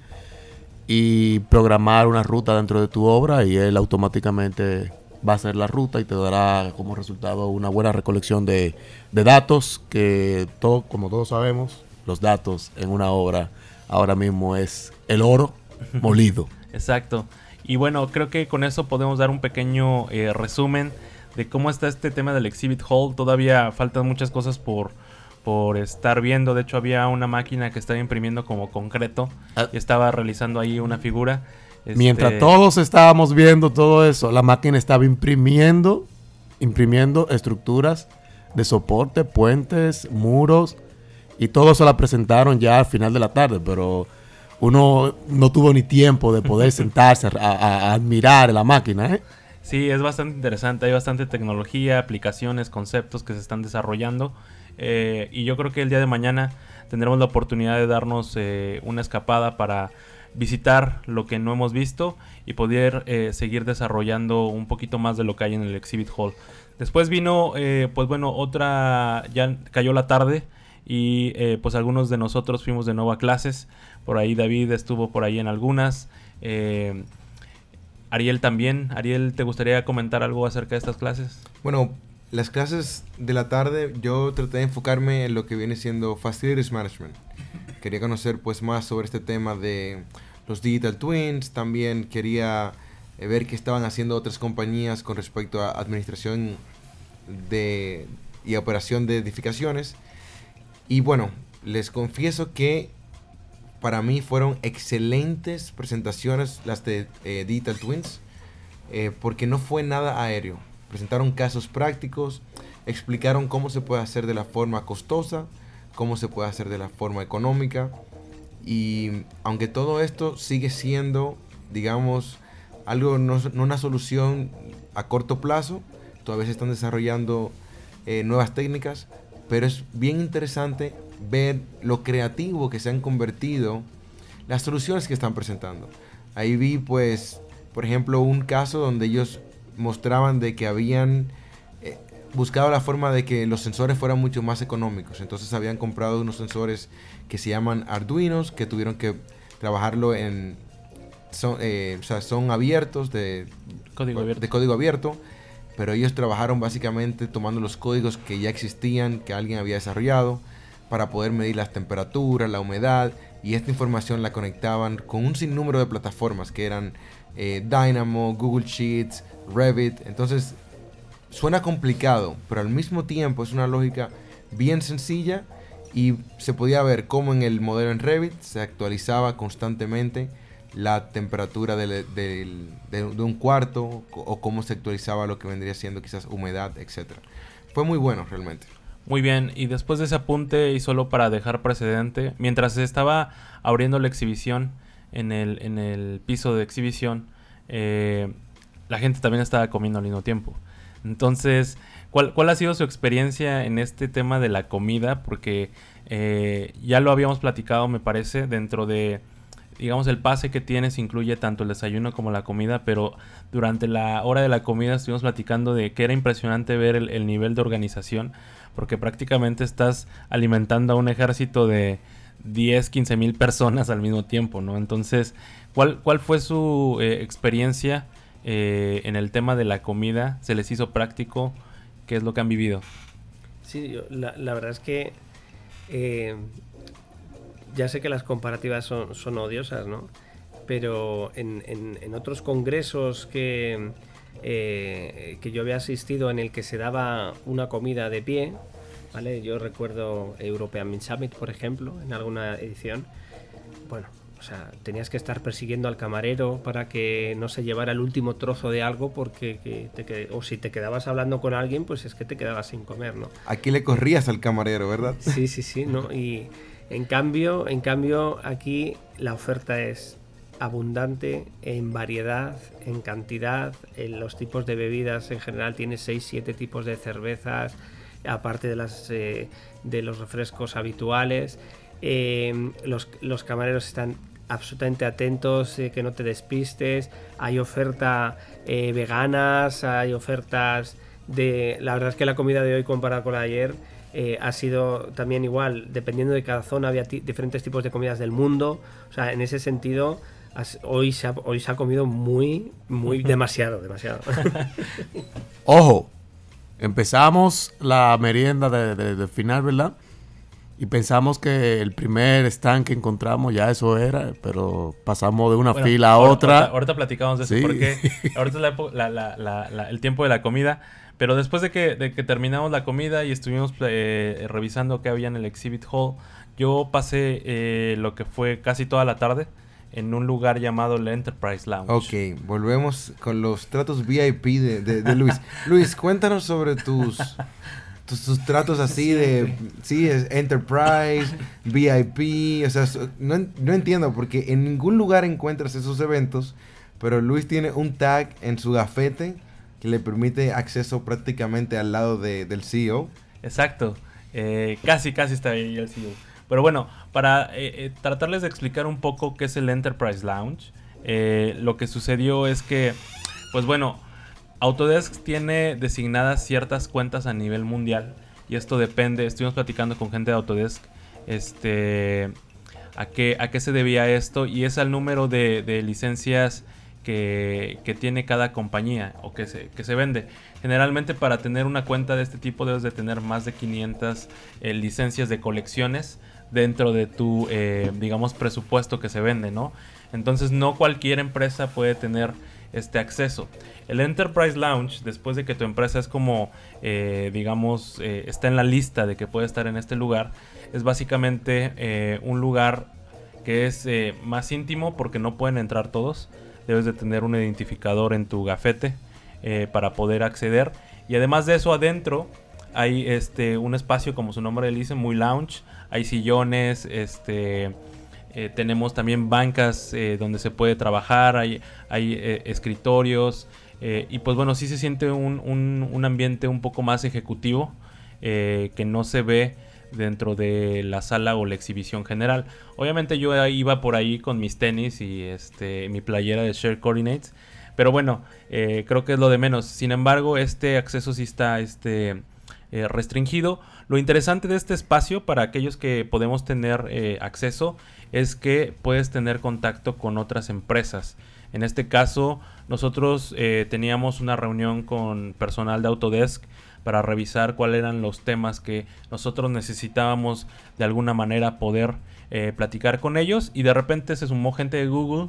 y programar una ruta dentro de tu obra, y él automáticamente va a hacer la ruta y te dará como resultado una buena recolección de, de datos, que todo, como todos sabemos, los datos en una obra ahora mismo es el oro molido. Exacto. Y bueno, creo que con eso podemos dar un pequeño eh, resumen de cómo está este tema del Exhibit Hall. Todavía faltan muchas cosas por, por estar viendo. De hecho, había una máquina que estaba imprimiendo como concreto Ah. y estaba realizando ahí una figura. Este, Mientras todos estábamos viendo todo eso, la máquina estaba imprimiendo, imprimiendo estructuras de soporte, puentes, muros, y todo se la presentaron ya al final de la tarde, pero uno no tuvo ni tiempo de poder sentarse a, a- a admirar la máquina, ¿eh? Sí, es bastante interesante. Hay bastante tecnología, aplicaciones, conceptos que se están desarrollando. Eh, y yo creo que el día de mañana tendremos la oportunidad de darnos eh, una escapada para visitar lo que no hemos visto y poder eh, seguir desarrollando un poquito más de lo que hay en el Exhibit Hall. Después vino, eh, pues bueno, otra, ya cayó la tarde y eh, pues algunos de nosotros fuimos de nuevo a clases. Por ahí David estuvo por ahí en algunas. Eh, Ariel también. Ariel, ¿te gustaría comentar algo acerca de estas clases? Bueno, las clases de la tarde yo traté de enfocarme en lo que viene siendo Facilities Management. Quería conocer pues más sobre este tema de los Digital Twins. También quería eh, ver qué estaban haciendo otras compañías con respecto a administración de, y operación de edificaciones. Y bueno, les confieso que para mí fueron excelentes presentaciones las de eh, Digital Twins, eh, porque no fue nada aéreo. Presentaron casos prácticos, explicaron cómo se puede hacer de la forma costosa, cómo se puede hacer de la forma económica. Y aunque todo esto sigue siendo, digamos, algo, no, no una solución a corto plazo, todavía se están desarrollando eh, nuevas técnicas, pero es bien interesante ver lo creativo que se han convertido las soluciones que están presentando. Ahí vi, pues, por ejemplo, un caso donde ellos mostraban de que habían eh, buscado la forma de que los sensores fueran mucho más económicos. Entonces habían comprado unos sensores que se llaman Arduinos, que tuvieron que trabajarlo en... Son, eh, o sea, son abiertos, de Código abierto. de código abierto, pero ellos trabajaron básicamente tomando los códigos que ya existían, que alguien había desarrollado, para poder medir las temperaturas, la humedad, y esta información la conectaban con un sinnúmero de plataformas que eran eh, Dynamo, Google Sheets, Revit. Entonces suena complicado, pero al mismo tiempo es una lógica bien sencilla y se podía ver cómo en el modelo en Revit se actualizaba constantemente la temperatura de, de, de, de un cuarto o cómo se actualizaba lo que vendría siendo quizás humedad, etcétera. Fue muy bueno realmente. Muy bien, y después de ese apunte y solo para dejar precedente, mientras se estaba abriendo la exhibición en el, en el piso de exhibición, eh, la gente también estaba comiendo al mismo tiempo. Entonces, ¿cuál, cuál ha sido su experiencia en este tema de la comida? Porque eh, ya lo habíamos platicado, me parece, dentro de, digamos, el pase que tienes incluye tanto el desayuno como la comida, pero durante la hora de la comida estuvimos platicando de que era impresionante ver el, el nivel de organización, porque prácticamente estás alimentando a un ejército de diez, quince mil personas al mismo tiempo, ¿no? Entonces, ¿cuál, cuál fue su eh, experiencia eh, en el tema de la comida? ¿Se les hizo práctico? ¿Qué es lo que han vivido? Sí, yo, la, la verdad es que eh, ya sé que las comparativas son, son odiosas, ¿no? Pero en, en, en otros congresos que, eh, que yo había asistido en el que se daba una comida de pie, ¿vale? Yo recuerdo European Mint Summit, por ejemplo, en alguna edición. Bueno, o sea, tenías que estar persiguiendo al camarero para que no se llevara el último trozo de algo, porque que te qued- o si te quedabas hablando con alguien, pues es que te quedabas sin comer, ¿no? Aquí le corrías al camarero, ¿verdad? Sí, sí, sí, ¿no? Y en cambio, en cambio aquí la oferta es abundante en variedad, en cantidad, en los tipos de bebidas en general tienes seis, siete tipos de cervezas, aparte de las eh, de los refrescos habituales. Eh, los, los camareros están absolutamente atentos, eh, que no te despistes. Hay oferta eh, veganas, hay ofertas de... La verdad es que la comida de hoy comparada con la de ayer eh, ha sido también igual, dependiendo de cada zona había ti- diferentes tipos de comidas del mundo. O sea, en ese sentido has- hoy se ha, hoy se ha comido muy, muy demasiado, demasiado. Ojo, empezamos la merienda de, de- del final, ¿verdad? Y pensamos que el primer stand que encontramos ya eso era, pero pasamos de una Bueno, fila a ahora- otra. Ahorita, ahorita platicamos de eso, Sí. porque ahorita es la epo- la- la- la- la- el tiempo de la comida. Pero después de que, de que terminamos la comida y estuvimos eh, revisando qué había en el Exhibit Hall, yo pasé eh, lo que fue casi toda la tarde en un lugar llamado el Enterprise Lounge. Ok, volvemos con los tratos V I P de, de, de Luis. Luis, cuéntanos sobre tus, tus, tus tratos así de, sí, es Enterprise, V I P, o sea, so- no, en- no entiendo porque en ningún lugar encuentras esos eventos, pero Luis tiene un tag en su gafete que le permite acceso prácticamente al lado de, del C E O. Exacto. Eh, casi, casi está ahí el C E O. Pero bueno, para eh, eh, tratarles de explicar un poco qué es el Enterprise Lounge, eh, lo que sucedió es que, pues bueno, Autodesk tiene designadas ciertas cuentas a nivel mundial y esto depende, estuvimos platicando con gente de Autodesk, este, a qué, a qué se debía esto, y es al número de, de licencias que, que tiene cada compañía o que se, que se vende. Generalmente para tener una cuenta de este tipo debes de tener más de quinientas eh, licencias de colecciones dentro de tu, eh, digamos, presupuesto que se vende, ¿no? Entonces no cualquier empresa puede tener este acceso. El Enterprise Lounge, después de que tu empresa es como, eh, digamos, eh, está en la lista de que puede estar en este lugar, es básicamente eh, un lugar que es eh, más íntimo porque no pueden entrar todos. Debes de tener un identificador en tu gafete eh, para poder acceder. Y además de eso, adentro hay este, un espacio, como su nombre le dice, muy lounge. Hay sillones, este, eh, tenemos también bancas eh, donde se puede trabajar, hay, hay eh, escritorios. Eh, y pues bueno, sí se siente un, un, un ambiente un poco más ejecutivo eh, que no se ve dentro de la sala o la exhibición general. Obviamente yo iba por ahí con mis tenis y este mi playera de Shared Coordinates, pero bueno, eh, creo que es lo de menos. Sin embargo, este acceso sí está este, eh, restringido. Lo interesante de este espacio, para aquellos que podemos tener eh, acceso, es que puedes tener contacto con otras empresas. En este caso, nosotros eh, teníamos una reunión con personal de Autodesk para revisar cuáles eran los temas que nosotros necesitábamos de alguna manera poder eh, platicar con ellos, y de repente se sumó gente de Google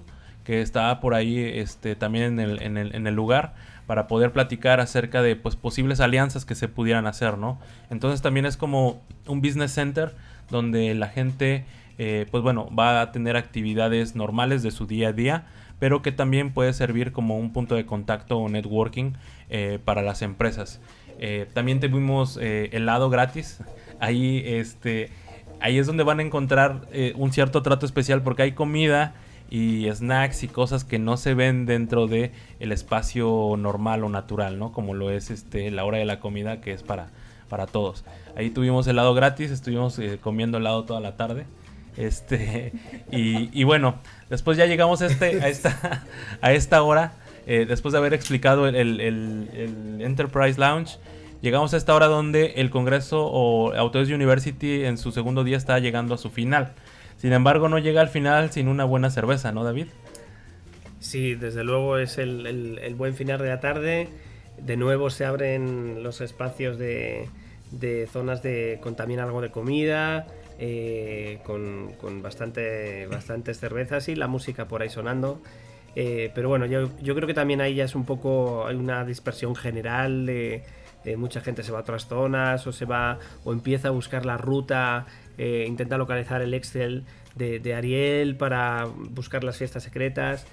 que estaba por ahí este, también en el, en, el, en el lugar, para poder platicar acerca de pues, posibles alianzas que se pudieran hacer, ¿no? Entonces también es como un business center donde la gente, eh, pues bueno, va a tener actividades normales de su día a día, pero que también puede servir como un punto de contacto o networking eh, para las empresas. Eh, también tuvimos eh, helado gratis. Ahí, este, ahí es donde van a encontrar eh, un cierto trato especial, porque hay comida y snacks y cosas que no se ven dentro de el espacio normal o natural, ¿no? Como lo es este la hora de la comida, que es para, para todos. Ahí tuvimos helado gratis, estuvimos eh, comiendo helado toda la tarde. Este, y, y bueno, después ya llegamos a, este, a, esta, a esta hora, eh, después de haber explicado el, el, el, el Enterprise Lounge, llegamos a esta hora donde el Congreso o Autodesk University en su segundo día está llegando a su final. Sin embargo, no llega al final sin una buena cerveza, ¿no, David? Sí, desde luego es el, el, el buen final de la tarde. De nuevo se abren los espacios de, de zonas de, con también algo de comida, eh, con, con bastante, bastantes cervezas y la música por ahí sonando. Eh, pero bueno, yo, yo creo que también ahí ya es un poco, hay una dispersión general de, de mucha gente se va a otras zonas o se va o empieza a buscar la ruta. Eh, intenta localizar el Excel de, de Ariel para buscar las fiestas secretas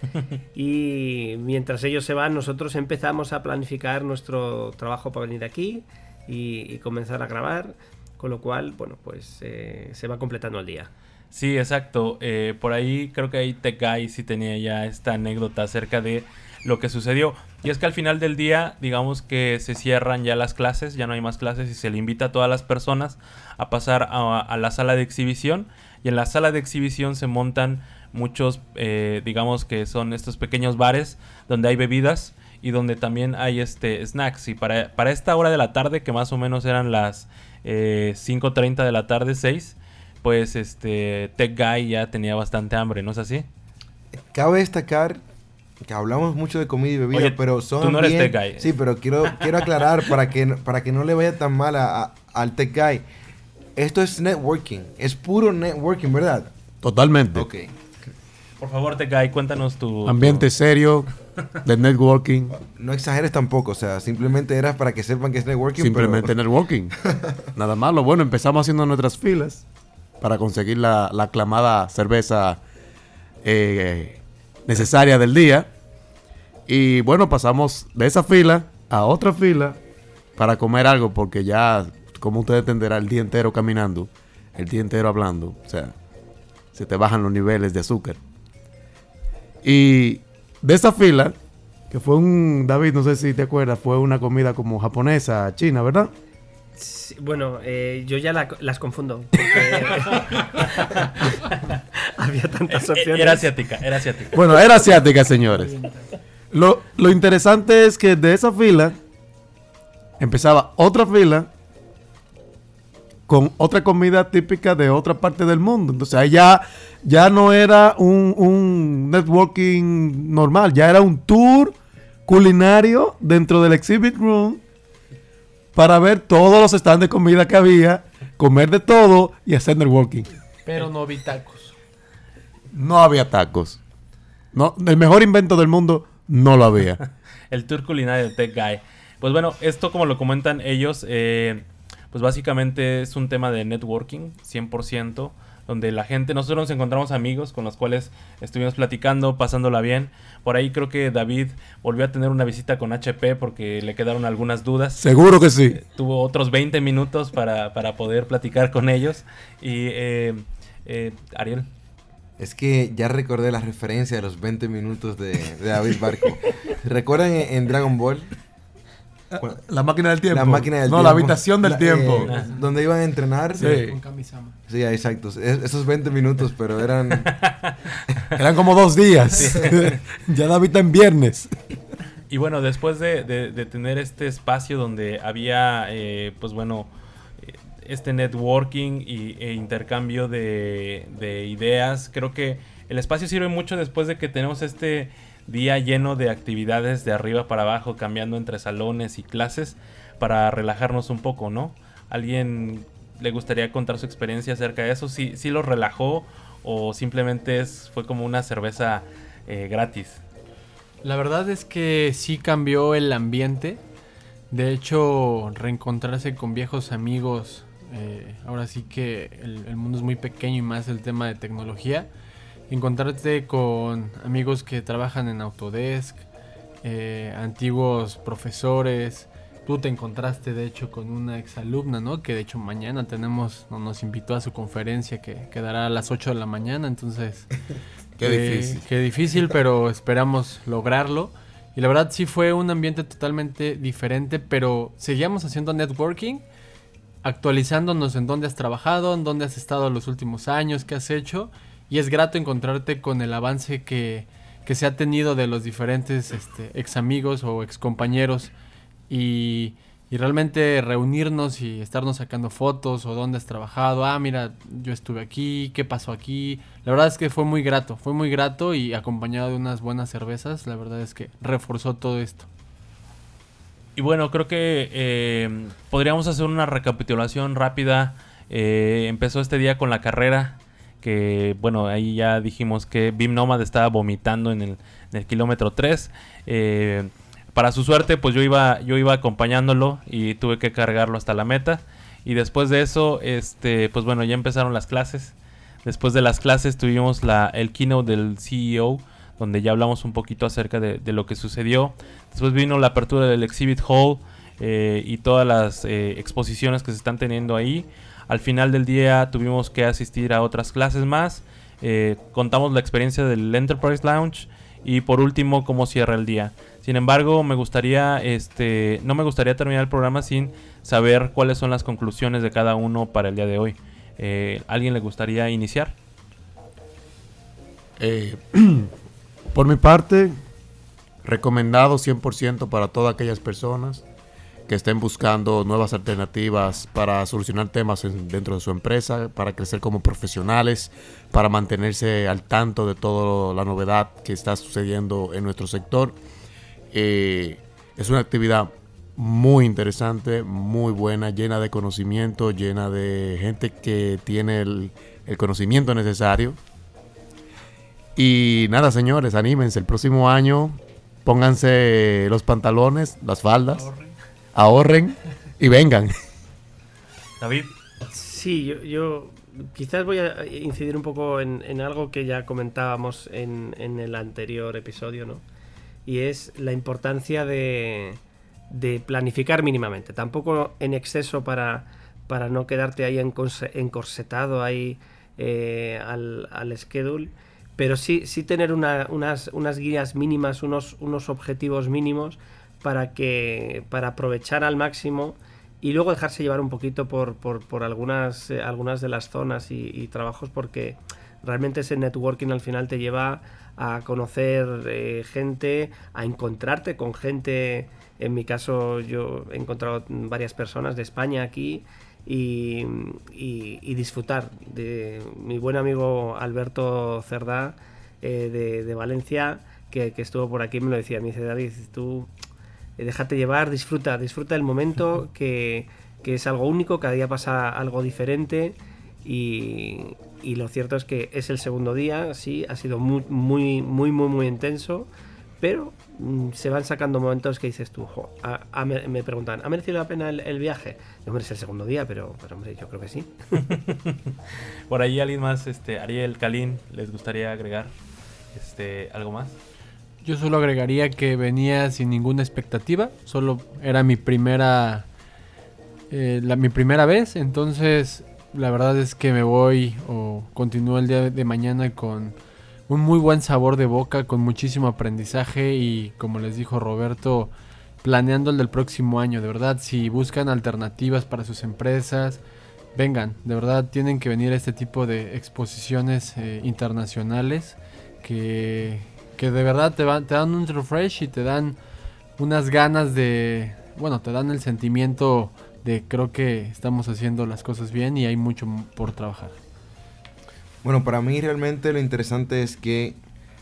y mientras ellos se van nosotros empezamos a planificar nuestro trabajo para venir aquí y, y comenzar a grabar, con lo cual bueno pues eh, se va completando el día. Sí, exacto. Eh, por ahí creo que ahí Tech Guy sí tenía ya esta anécdota acerca de lo que sucedió. Y es que al final del día, digamos que se cierran ya las clases, ya no hay más clases y se le invita a todas las personas a pasar a, a la sala de exhibición. Y en la sala de exhibición se montan muchos, eh, digamos que son estos pequeños bares donde hay bebidas y donde también hay este snacks. Y para, para esta hora de la tarde, que más o menos eran las eh, cinco treinta de la tarde, seis, pues este Tech Guy ya tenía bastante hambre, ¿no es así? Cabe destacar que hablamos mucho de comida y bebida, Oye, pero son tú no eres bien... Tech Guy. Sí, pero quiero, quiero aclarar para que, para que no le vaya tan mal a, a, al Tech Guy. Esto es networking, es puro networking, ¿verdad? Totalmente. Ok. Por favor, Tech Guy, cuéntanos tu... Ambiente tu... serio, de networking. No exageres tampoco, o sea, simplemente era para que sepan que es networking. Simplemente pero... networking. Nada más. Lo bueno, empezamos haciendo nuestras filas para conseguir la, la aclamada cerveza eh, necesaria del día. Y bueno, pasamos de esa fila a otra fila para comer algo, porque ya, como usted entenderá, el día entero caminando, el día entero hablando, o sea, se te bajan los niveles de azúcar. Y de esa fila, que fue un, David, no sé si te acuerdas, fue una comida como japonesa, china, ¿verdad? Sí, bueno, eh, yo ya la, las confundo. Porque había tantas opciones. Era asiática, era asiática. Bueno, era asiática, señores. Lo, lo interesante es que de esa fila empezaba otra fila con otra comida típica de otra parte del mundo. Entonces ahí ya, ya no era un, un networking normal, ya era un tour culinario dentro del exhibit room para ver todos los stands de comida que había, comer de todo y hacer networking. Pero no vi tacos. No había tacos. No, el mejor invento del mundo no lo había. El tour culinario de Tech Guy. Pues bueno, esto como lo comentan ellos, eh, pues básicamente es un tema de networking, cien por ciento, donde la gente, nosotros nos encontramos amigos con los cuales estuvimos platicando, pasándola bien. Por ahí creo que David volvió a tener una visita con H P porque le quedaron algunas dudas. Seguro que sí. Eh, tuvo otros veinte minutos para, para poder platicar con ellos. Y eh, eh, Ariel. Es que ya recordé la referencia de los veinte minutos de, de David Barco. ¿Recuerdan en, en Dragon Ball? La máquina del tiempo. La máquina del no, tiempo. la habitación del La, tiempo. Eh, donde iban a entrenar. Sí. Con Kami-sama. Sí, exacto. Es, esos veinte minutos, pero eran... Eran como dos días. Sí. Ya David está en viernes. Y bueno, después de, de, de tener este espacio donde había, eh, pues bueno, este networking y, e intercambio de, de ideas, creo que el espacio sirve mucho después de que tenemos este día lleno de actividades de arriba para abajo, cambiando entre salones y clases, para relajarnos un poco, ¿no? ¿Alguien le gustaría contar su experiencia acerca de eso? ¿Sí, sí lo relajó o simplemente es, fue como una cerveza eh, gratis. La verdad es que sí cambió el ambiente. De hecho, reencontrarse con viejos amigos, eh, ahora sí que el, el mundo es muy pequeño y más el tema de tecnología. Encontrarte con amigos que trabajan en Autodesk, eh, antiguos profesores. Tú te encontraste de hecho con una exalumna, ¿no? Que de hecho mañana tenemos, no, nos invitó a su conferencia que quedará a las ocho de la mañana, entonces... Qué eh, difícil. Qué difícil, pero esperamos lograrlo. Y la verdad sí fue un ambiente totalmente diferente, pero seguíamos haciendo networking, actualizándonos en dónde has trabajado, en dónde has estado los últimos años, qué has hecho. Y es grato encontrarte con el avance que, que se ha tenido de los diferentes este, ex amigos o ex compañeros. Y, y realmente reunirnos y estarnos sacando fotos o dónde has trabajado. Ah, mira, yo estuve aquí, qué pasó aquí. La verdad es que fue muy grato, fue muy grato y acompañado de unas buenas cervezas. La verdad es que reforzó todo esto. Y bueno, creo que eh, podríamos hacer una recapitulación rápida. Eh, empezó este día con la carrera, que bueno, ahí ya dijimos que Bim Nomad estaba vomitando en el, en el kilómetro tres. Eh, para su suerte, pues yo iba, yo iba acompañándolo y tuve que cargarlo hasta la meta. Y después de eso, este, pues bueno, ya empezaron las clases. Después de las clases tuvimos la, el keynote del C E O, donde ya hablamos un poquito acerca de, de lo que sucedió. Después vino la apertura del Exhibit Hall eh, y todas las eh, exposiciones que se están teniendo ahí. Al final del día tuvimos que asistir a otras clases más. Eh, contamos la experiencia del Enterprise Lounge y por último cómo cierra el día. Sin embargo, me gustaría, este, no me gustaría terminar el programa sin saber cuáles son las conclusiones de cada uno para el día de hoy. Eh, ¿Alguien le gustaría iniciar? Eh, por mi parte, recomendado cien por ciento para todas aquellas personas que estén buscando nuevas alternativas para solucionar temas en, dentro de su empresa, para crecer como profesionales, para mantenerse al tanto de toda la novedad que está sucediendo en nuestro sector. Eh, es una actividad muy interesante, muy buena, llena de conocimiento, llena de gente que tiene el, el conocimiento necesario. Y nada, señores, anímense. El próximo año pónganse los pantalones, las faldas, ahorren, ahorren y vengan. David. Sí, yo, yo quizás voy a incidir un poco en, en algo que ya comentábamos en, en el anterior episodio, ¿no? Y es la importancia de, de planificar mínimamente. Tampoco en exceso para, para no quedarte ahí encorsetado ahí eh, al, al schedule. Pero sí, sí tener una, unas, unas guías mínimas, unos, unos objetivos mínimos para, que, para aprovechar al máximo y luego dejarse llevar un poquito por, por, por algunas, eh, algunas de las zonas y, y trabajos, porque realmente ese networking al final te lleva a conocer eh, gente, a encontrarte con gente. En mi caso yo he encontrado varias personas de España aquí y, y, y disfrutar de mi buen amigo Alberto Cerdá eh, de, de Valencia, que, que estuvo por aquí, me lo decía, me dice: David, tú eh, déjate llevar, disfruta, disfruta del momento, que, que es algo único, cada día pasa algo diferente. Y, y lo cierto es que es el segundo día, sí, ha sido muy, muy, muy, muy, muy intenso, pero mmm, se van sacando momentos que dices tú, jo, a, a, me, me preguntan, ¿ha merecido la pena el, el viaje? No, hombre, es el segundo día, pero, pero hombre, yo creo que sí. Por ahí alguien más, este, Ariel, Kalin, ¿les gustaría agregar este, algo más? Yo solo agregaría que venía sin ninguna expectativa, solo era mi primera, eh, la, mi primera vez, entonces la verdad es que me voy o continúo el día de mañana con un muy buen sabor de boca, con muchísimo aprendizaje y, como les dijo Roberto, planeando el del próximo año. De verdad, si buscan alternativas para sus empresas, vengan, de verdad tienen que venir a este tipo de exposiciones eh, internacionales que, que de verdad te, van, te dan un refresh y te dan unas ganas de, bueno, te dan el sentimiento de creo que estamos haciendo las cosas bien y hay mucho por trabajar. Bueno, para mí realmente lo interesante es que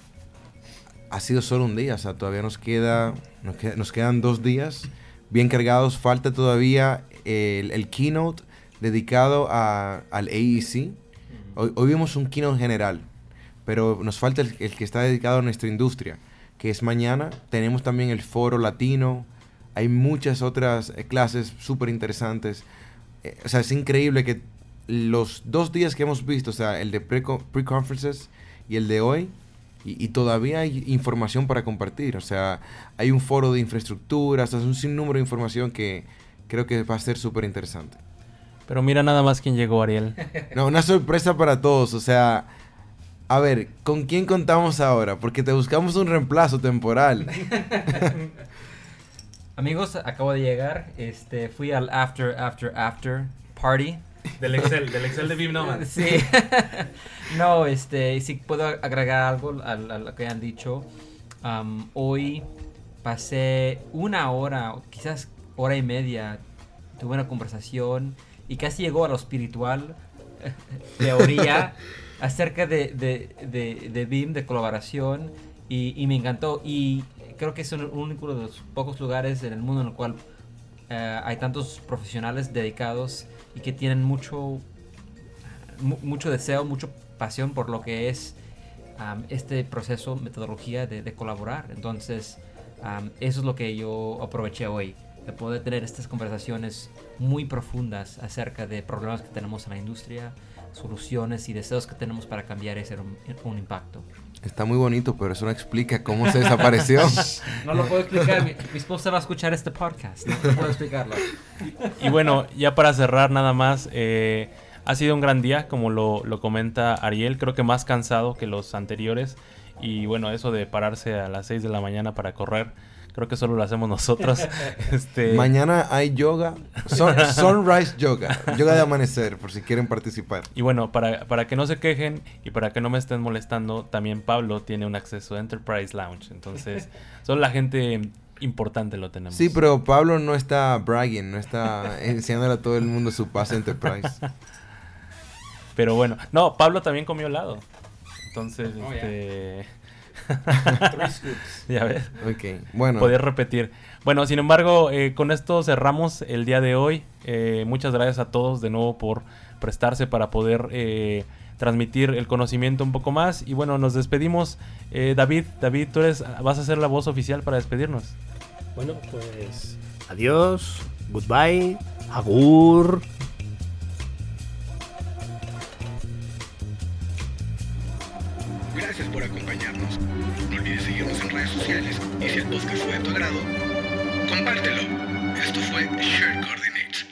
ha sido solo un día, o sea, todavía nos queda, nos, queda, nos quedan dos días bien cargados. Falta todavía el, el keynote dedicado a, al A E C. Hoy, hoy vimos un keynote general, pero nos falta el, el que está dedicado a nuestra industria, que es mañana. Tenemos también el foro latino, hay muchas otras eh, clases súper interesantes. Eh, o sea, es increíble que los dos días que hemos visto, o sea, el de pre- pre-conferences y el de hoy, y, y todavía hay información para compartir. O sea, hay un foro de infraestructura, o sea, es un sinnúmero de información que creo que va a ser súper interesante. Pero mira nada más quién llegó, Ariel. No, una sorpresa para todos, o sea... A ver, ¿con quién contamos ahora? Porque te buscamos un reemplazo temporal. Amigos, acabo de llegar. Este, fui al after, after, after party. Del Excel, del Excel de Bim Nomad. Sí. No, este, si puedo agregar algo a, a lo que han dicho. Um, hoy pasé una hora, quizás hora y media, tuve una conversación y casi llegó a lo espiritual, teoría, acerca de, de, de, de Bim, de colaboración, y, y me encantó. Y creo que es el único de los pocos lugares en el mundo en el cual uh, hay tantos profesionales dedicados y que tienen mucho, mu- mucho deseo, mucha pasión por lo que es um, este proceso, metodología de, de colaborar. Entonces, um, eso es lo que yo aproveché hoy, de poder tener estas conversaciones muy profundas acerca de problemas que tenemos en la industria, soluciones y deseos que tenemos para cambiar y hacer un, un impacto. Está muy bonito, pero eso no explica cómo se desapareció. No lo puedo explicar, mi, mi esposa va a escuchar este podcast, no, no puedo explicarlo. Y bueno, ya para cerrar nada más, eh, ha sido un gran día, como lo, lo comenta Ariel, creo que más cansado que los anteriores. Y bueno, eso de pararse a las seis de la mañana para correr, creo que solo lo hacemos nosotros. este... Mañana hay yoga, sun, sunrise yoga, yoga de amanecer, por si quieren participar. Y bueno, para, para que no se quejen y para que no me estén molestando, también Pablo tiene un acceso a Enterprise Lounge. Entonces, solo la gente importante lo tenemos. Sí, pero Pablo no está bragging, no está enseñándole a todo el mundo su pase Enterprise. Pero bueno, no, Pablo también comió helado. Entonces, Oh, este... Three scoops. Ya ves. Ok, bueno. Poder repetir. Bueno, sin embargo, eh, con esto cerramos el día de hoy. Eh, muchas gracias a todos de nuevo por prestarse para poder eh, transmitir el conocimiento un poco más. Y bueno, nos despedimos. Eh, David, David, tú eres, vas a ser la voz oficial para despedirnos. Bueno, pues adiós, goodbye, agur. Gracias por acompañarnos. No olvides seguirnos en redes sociales y si el podcast fue de tu agrado, compártelo. Esto fue Shared Coordinates.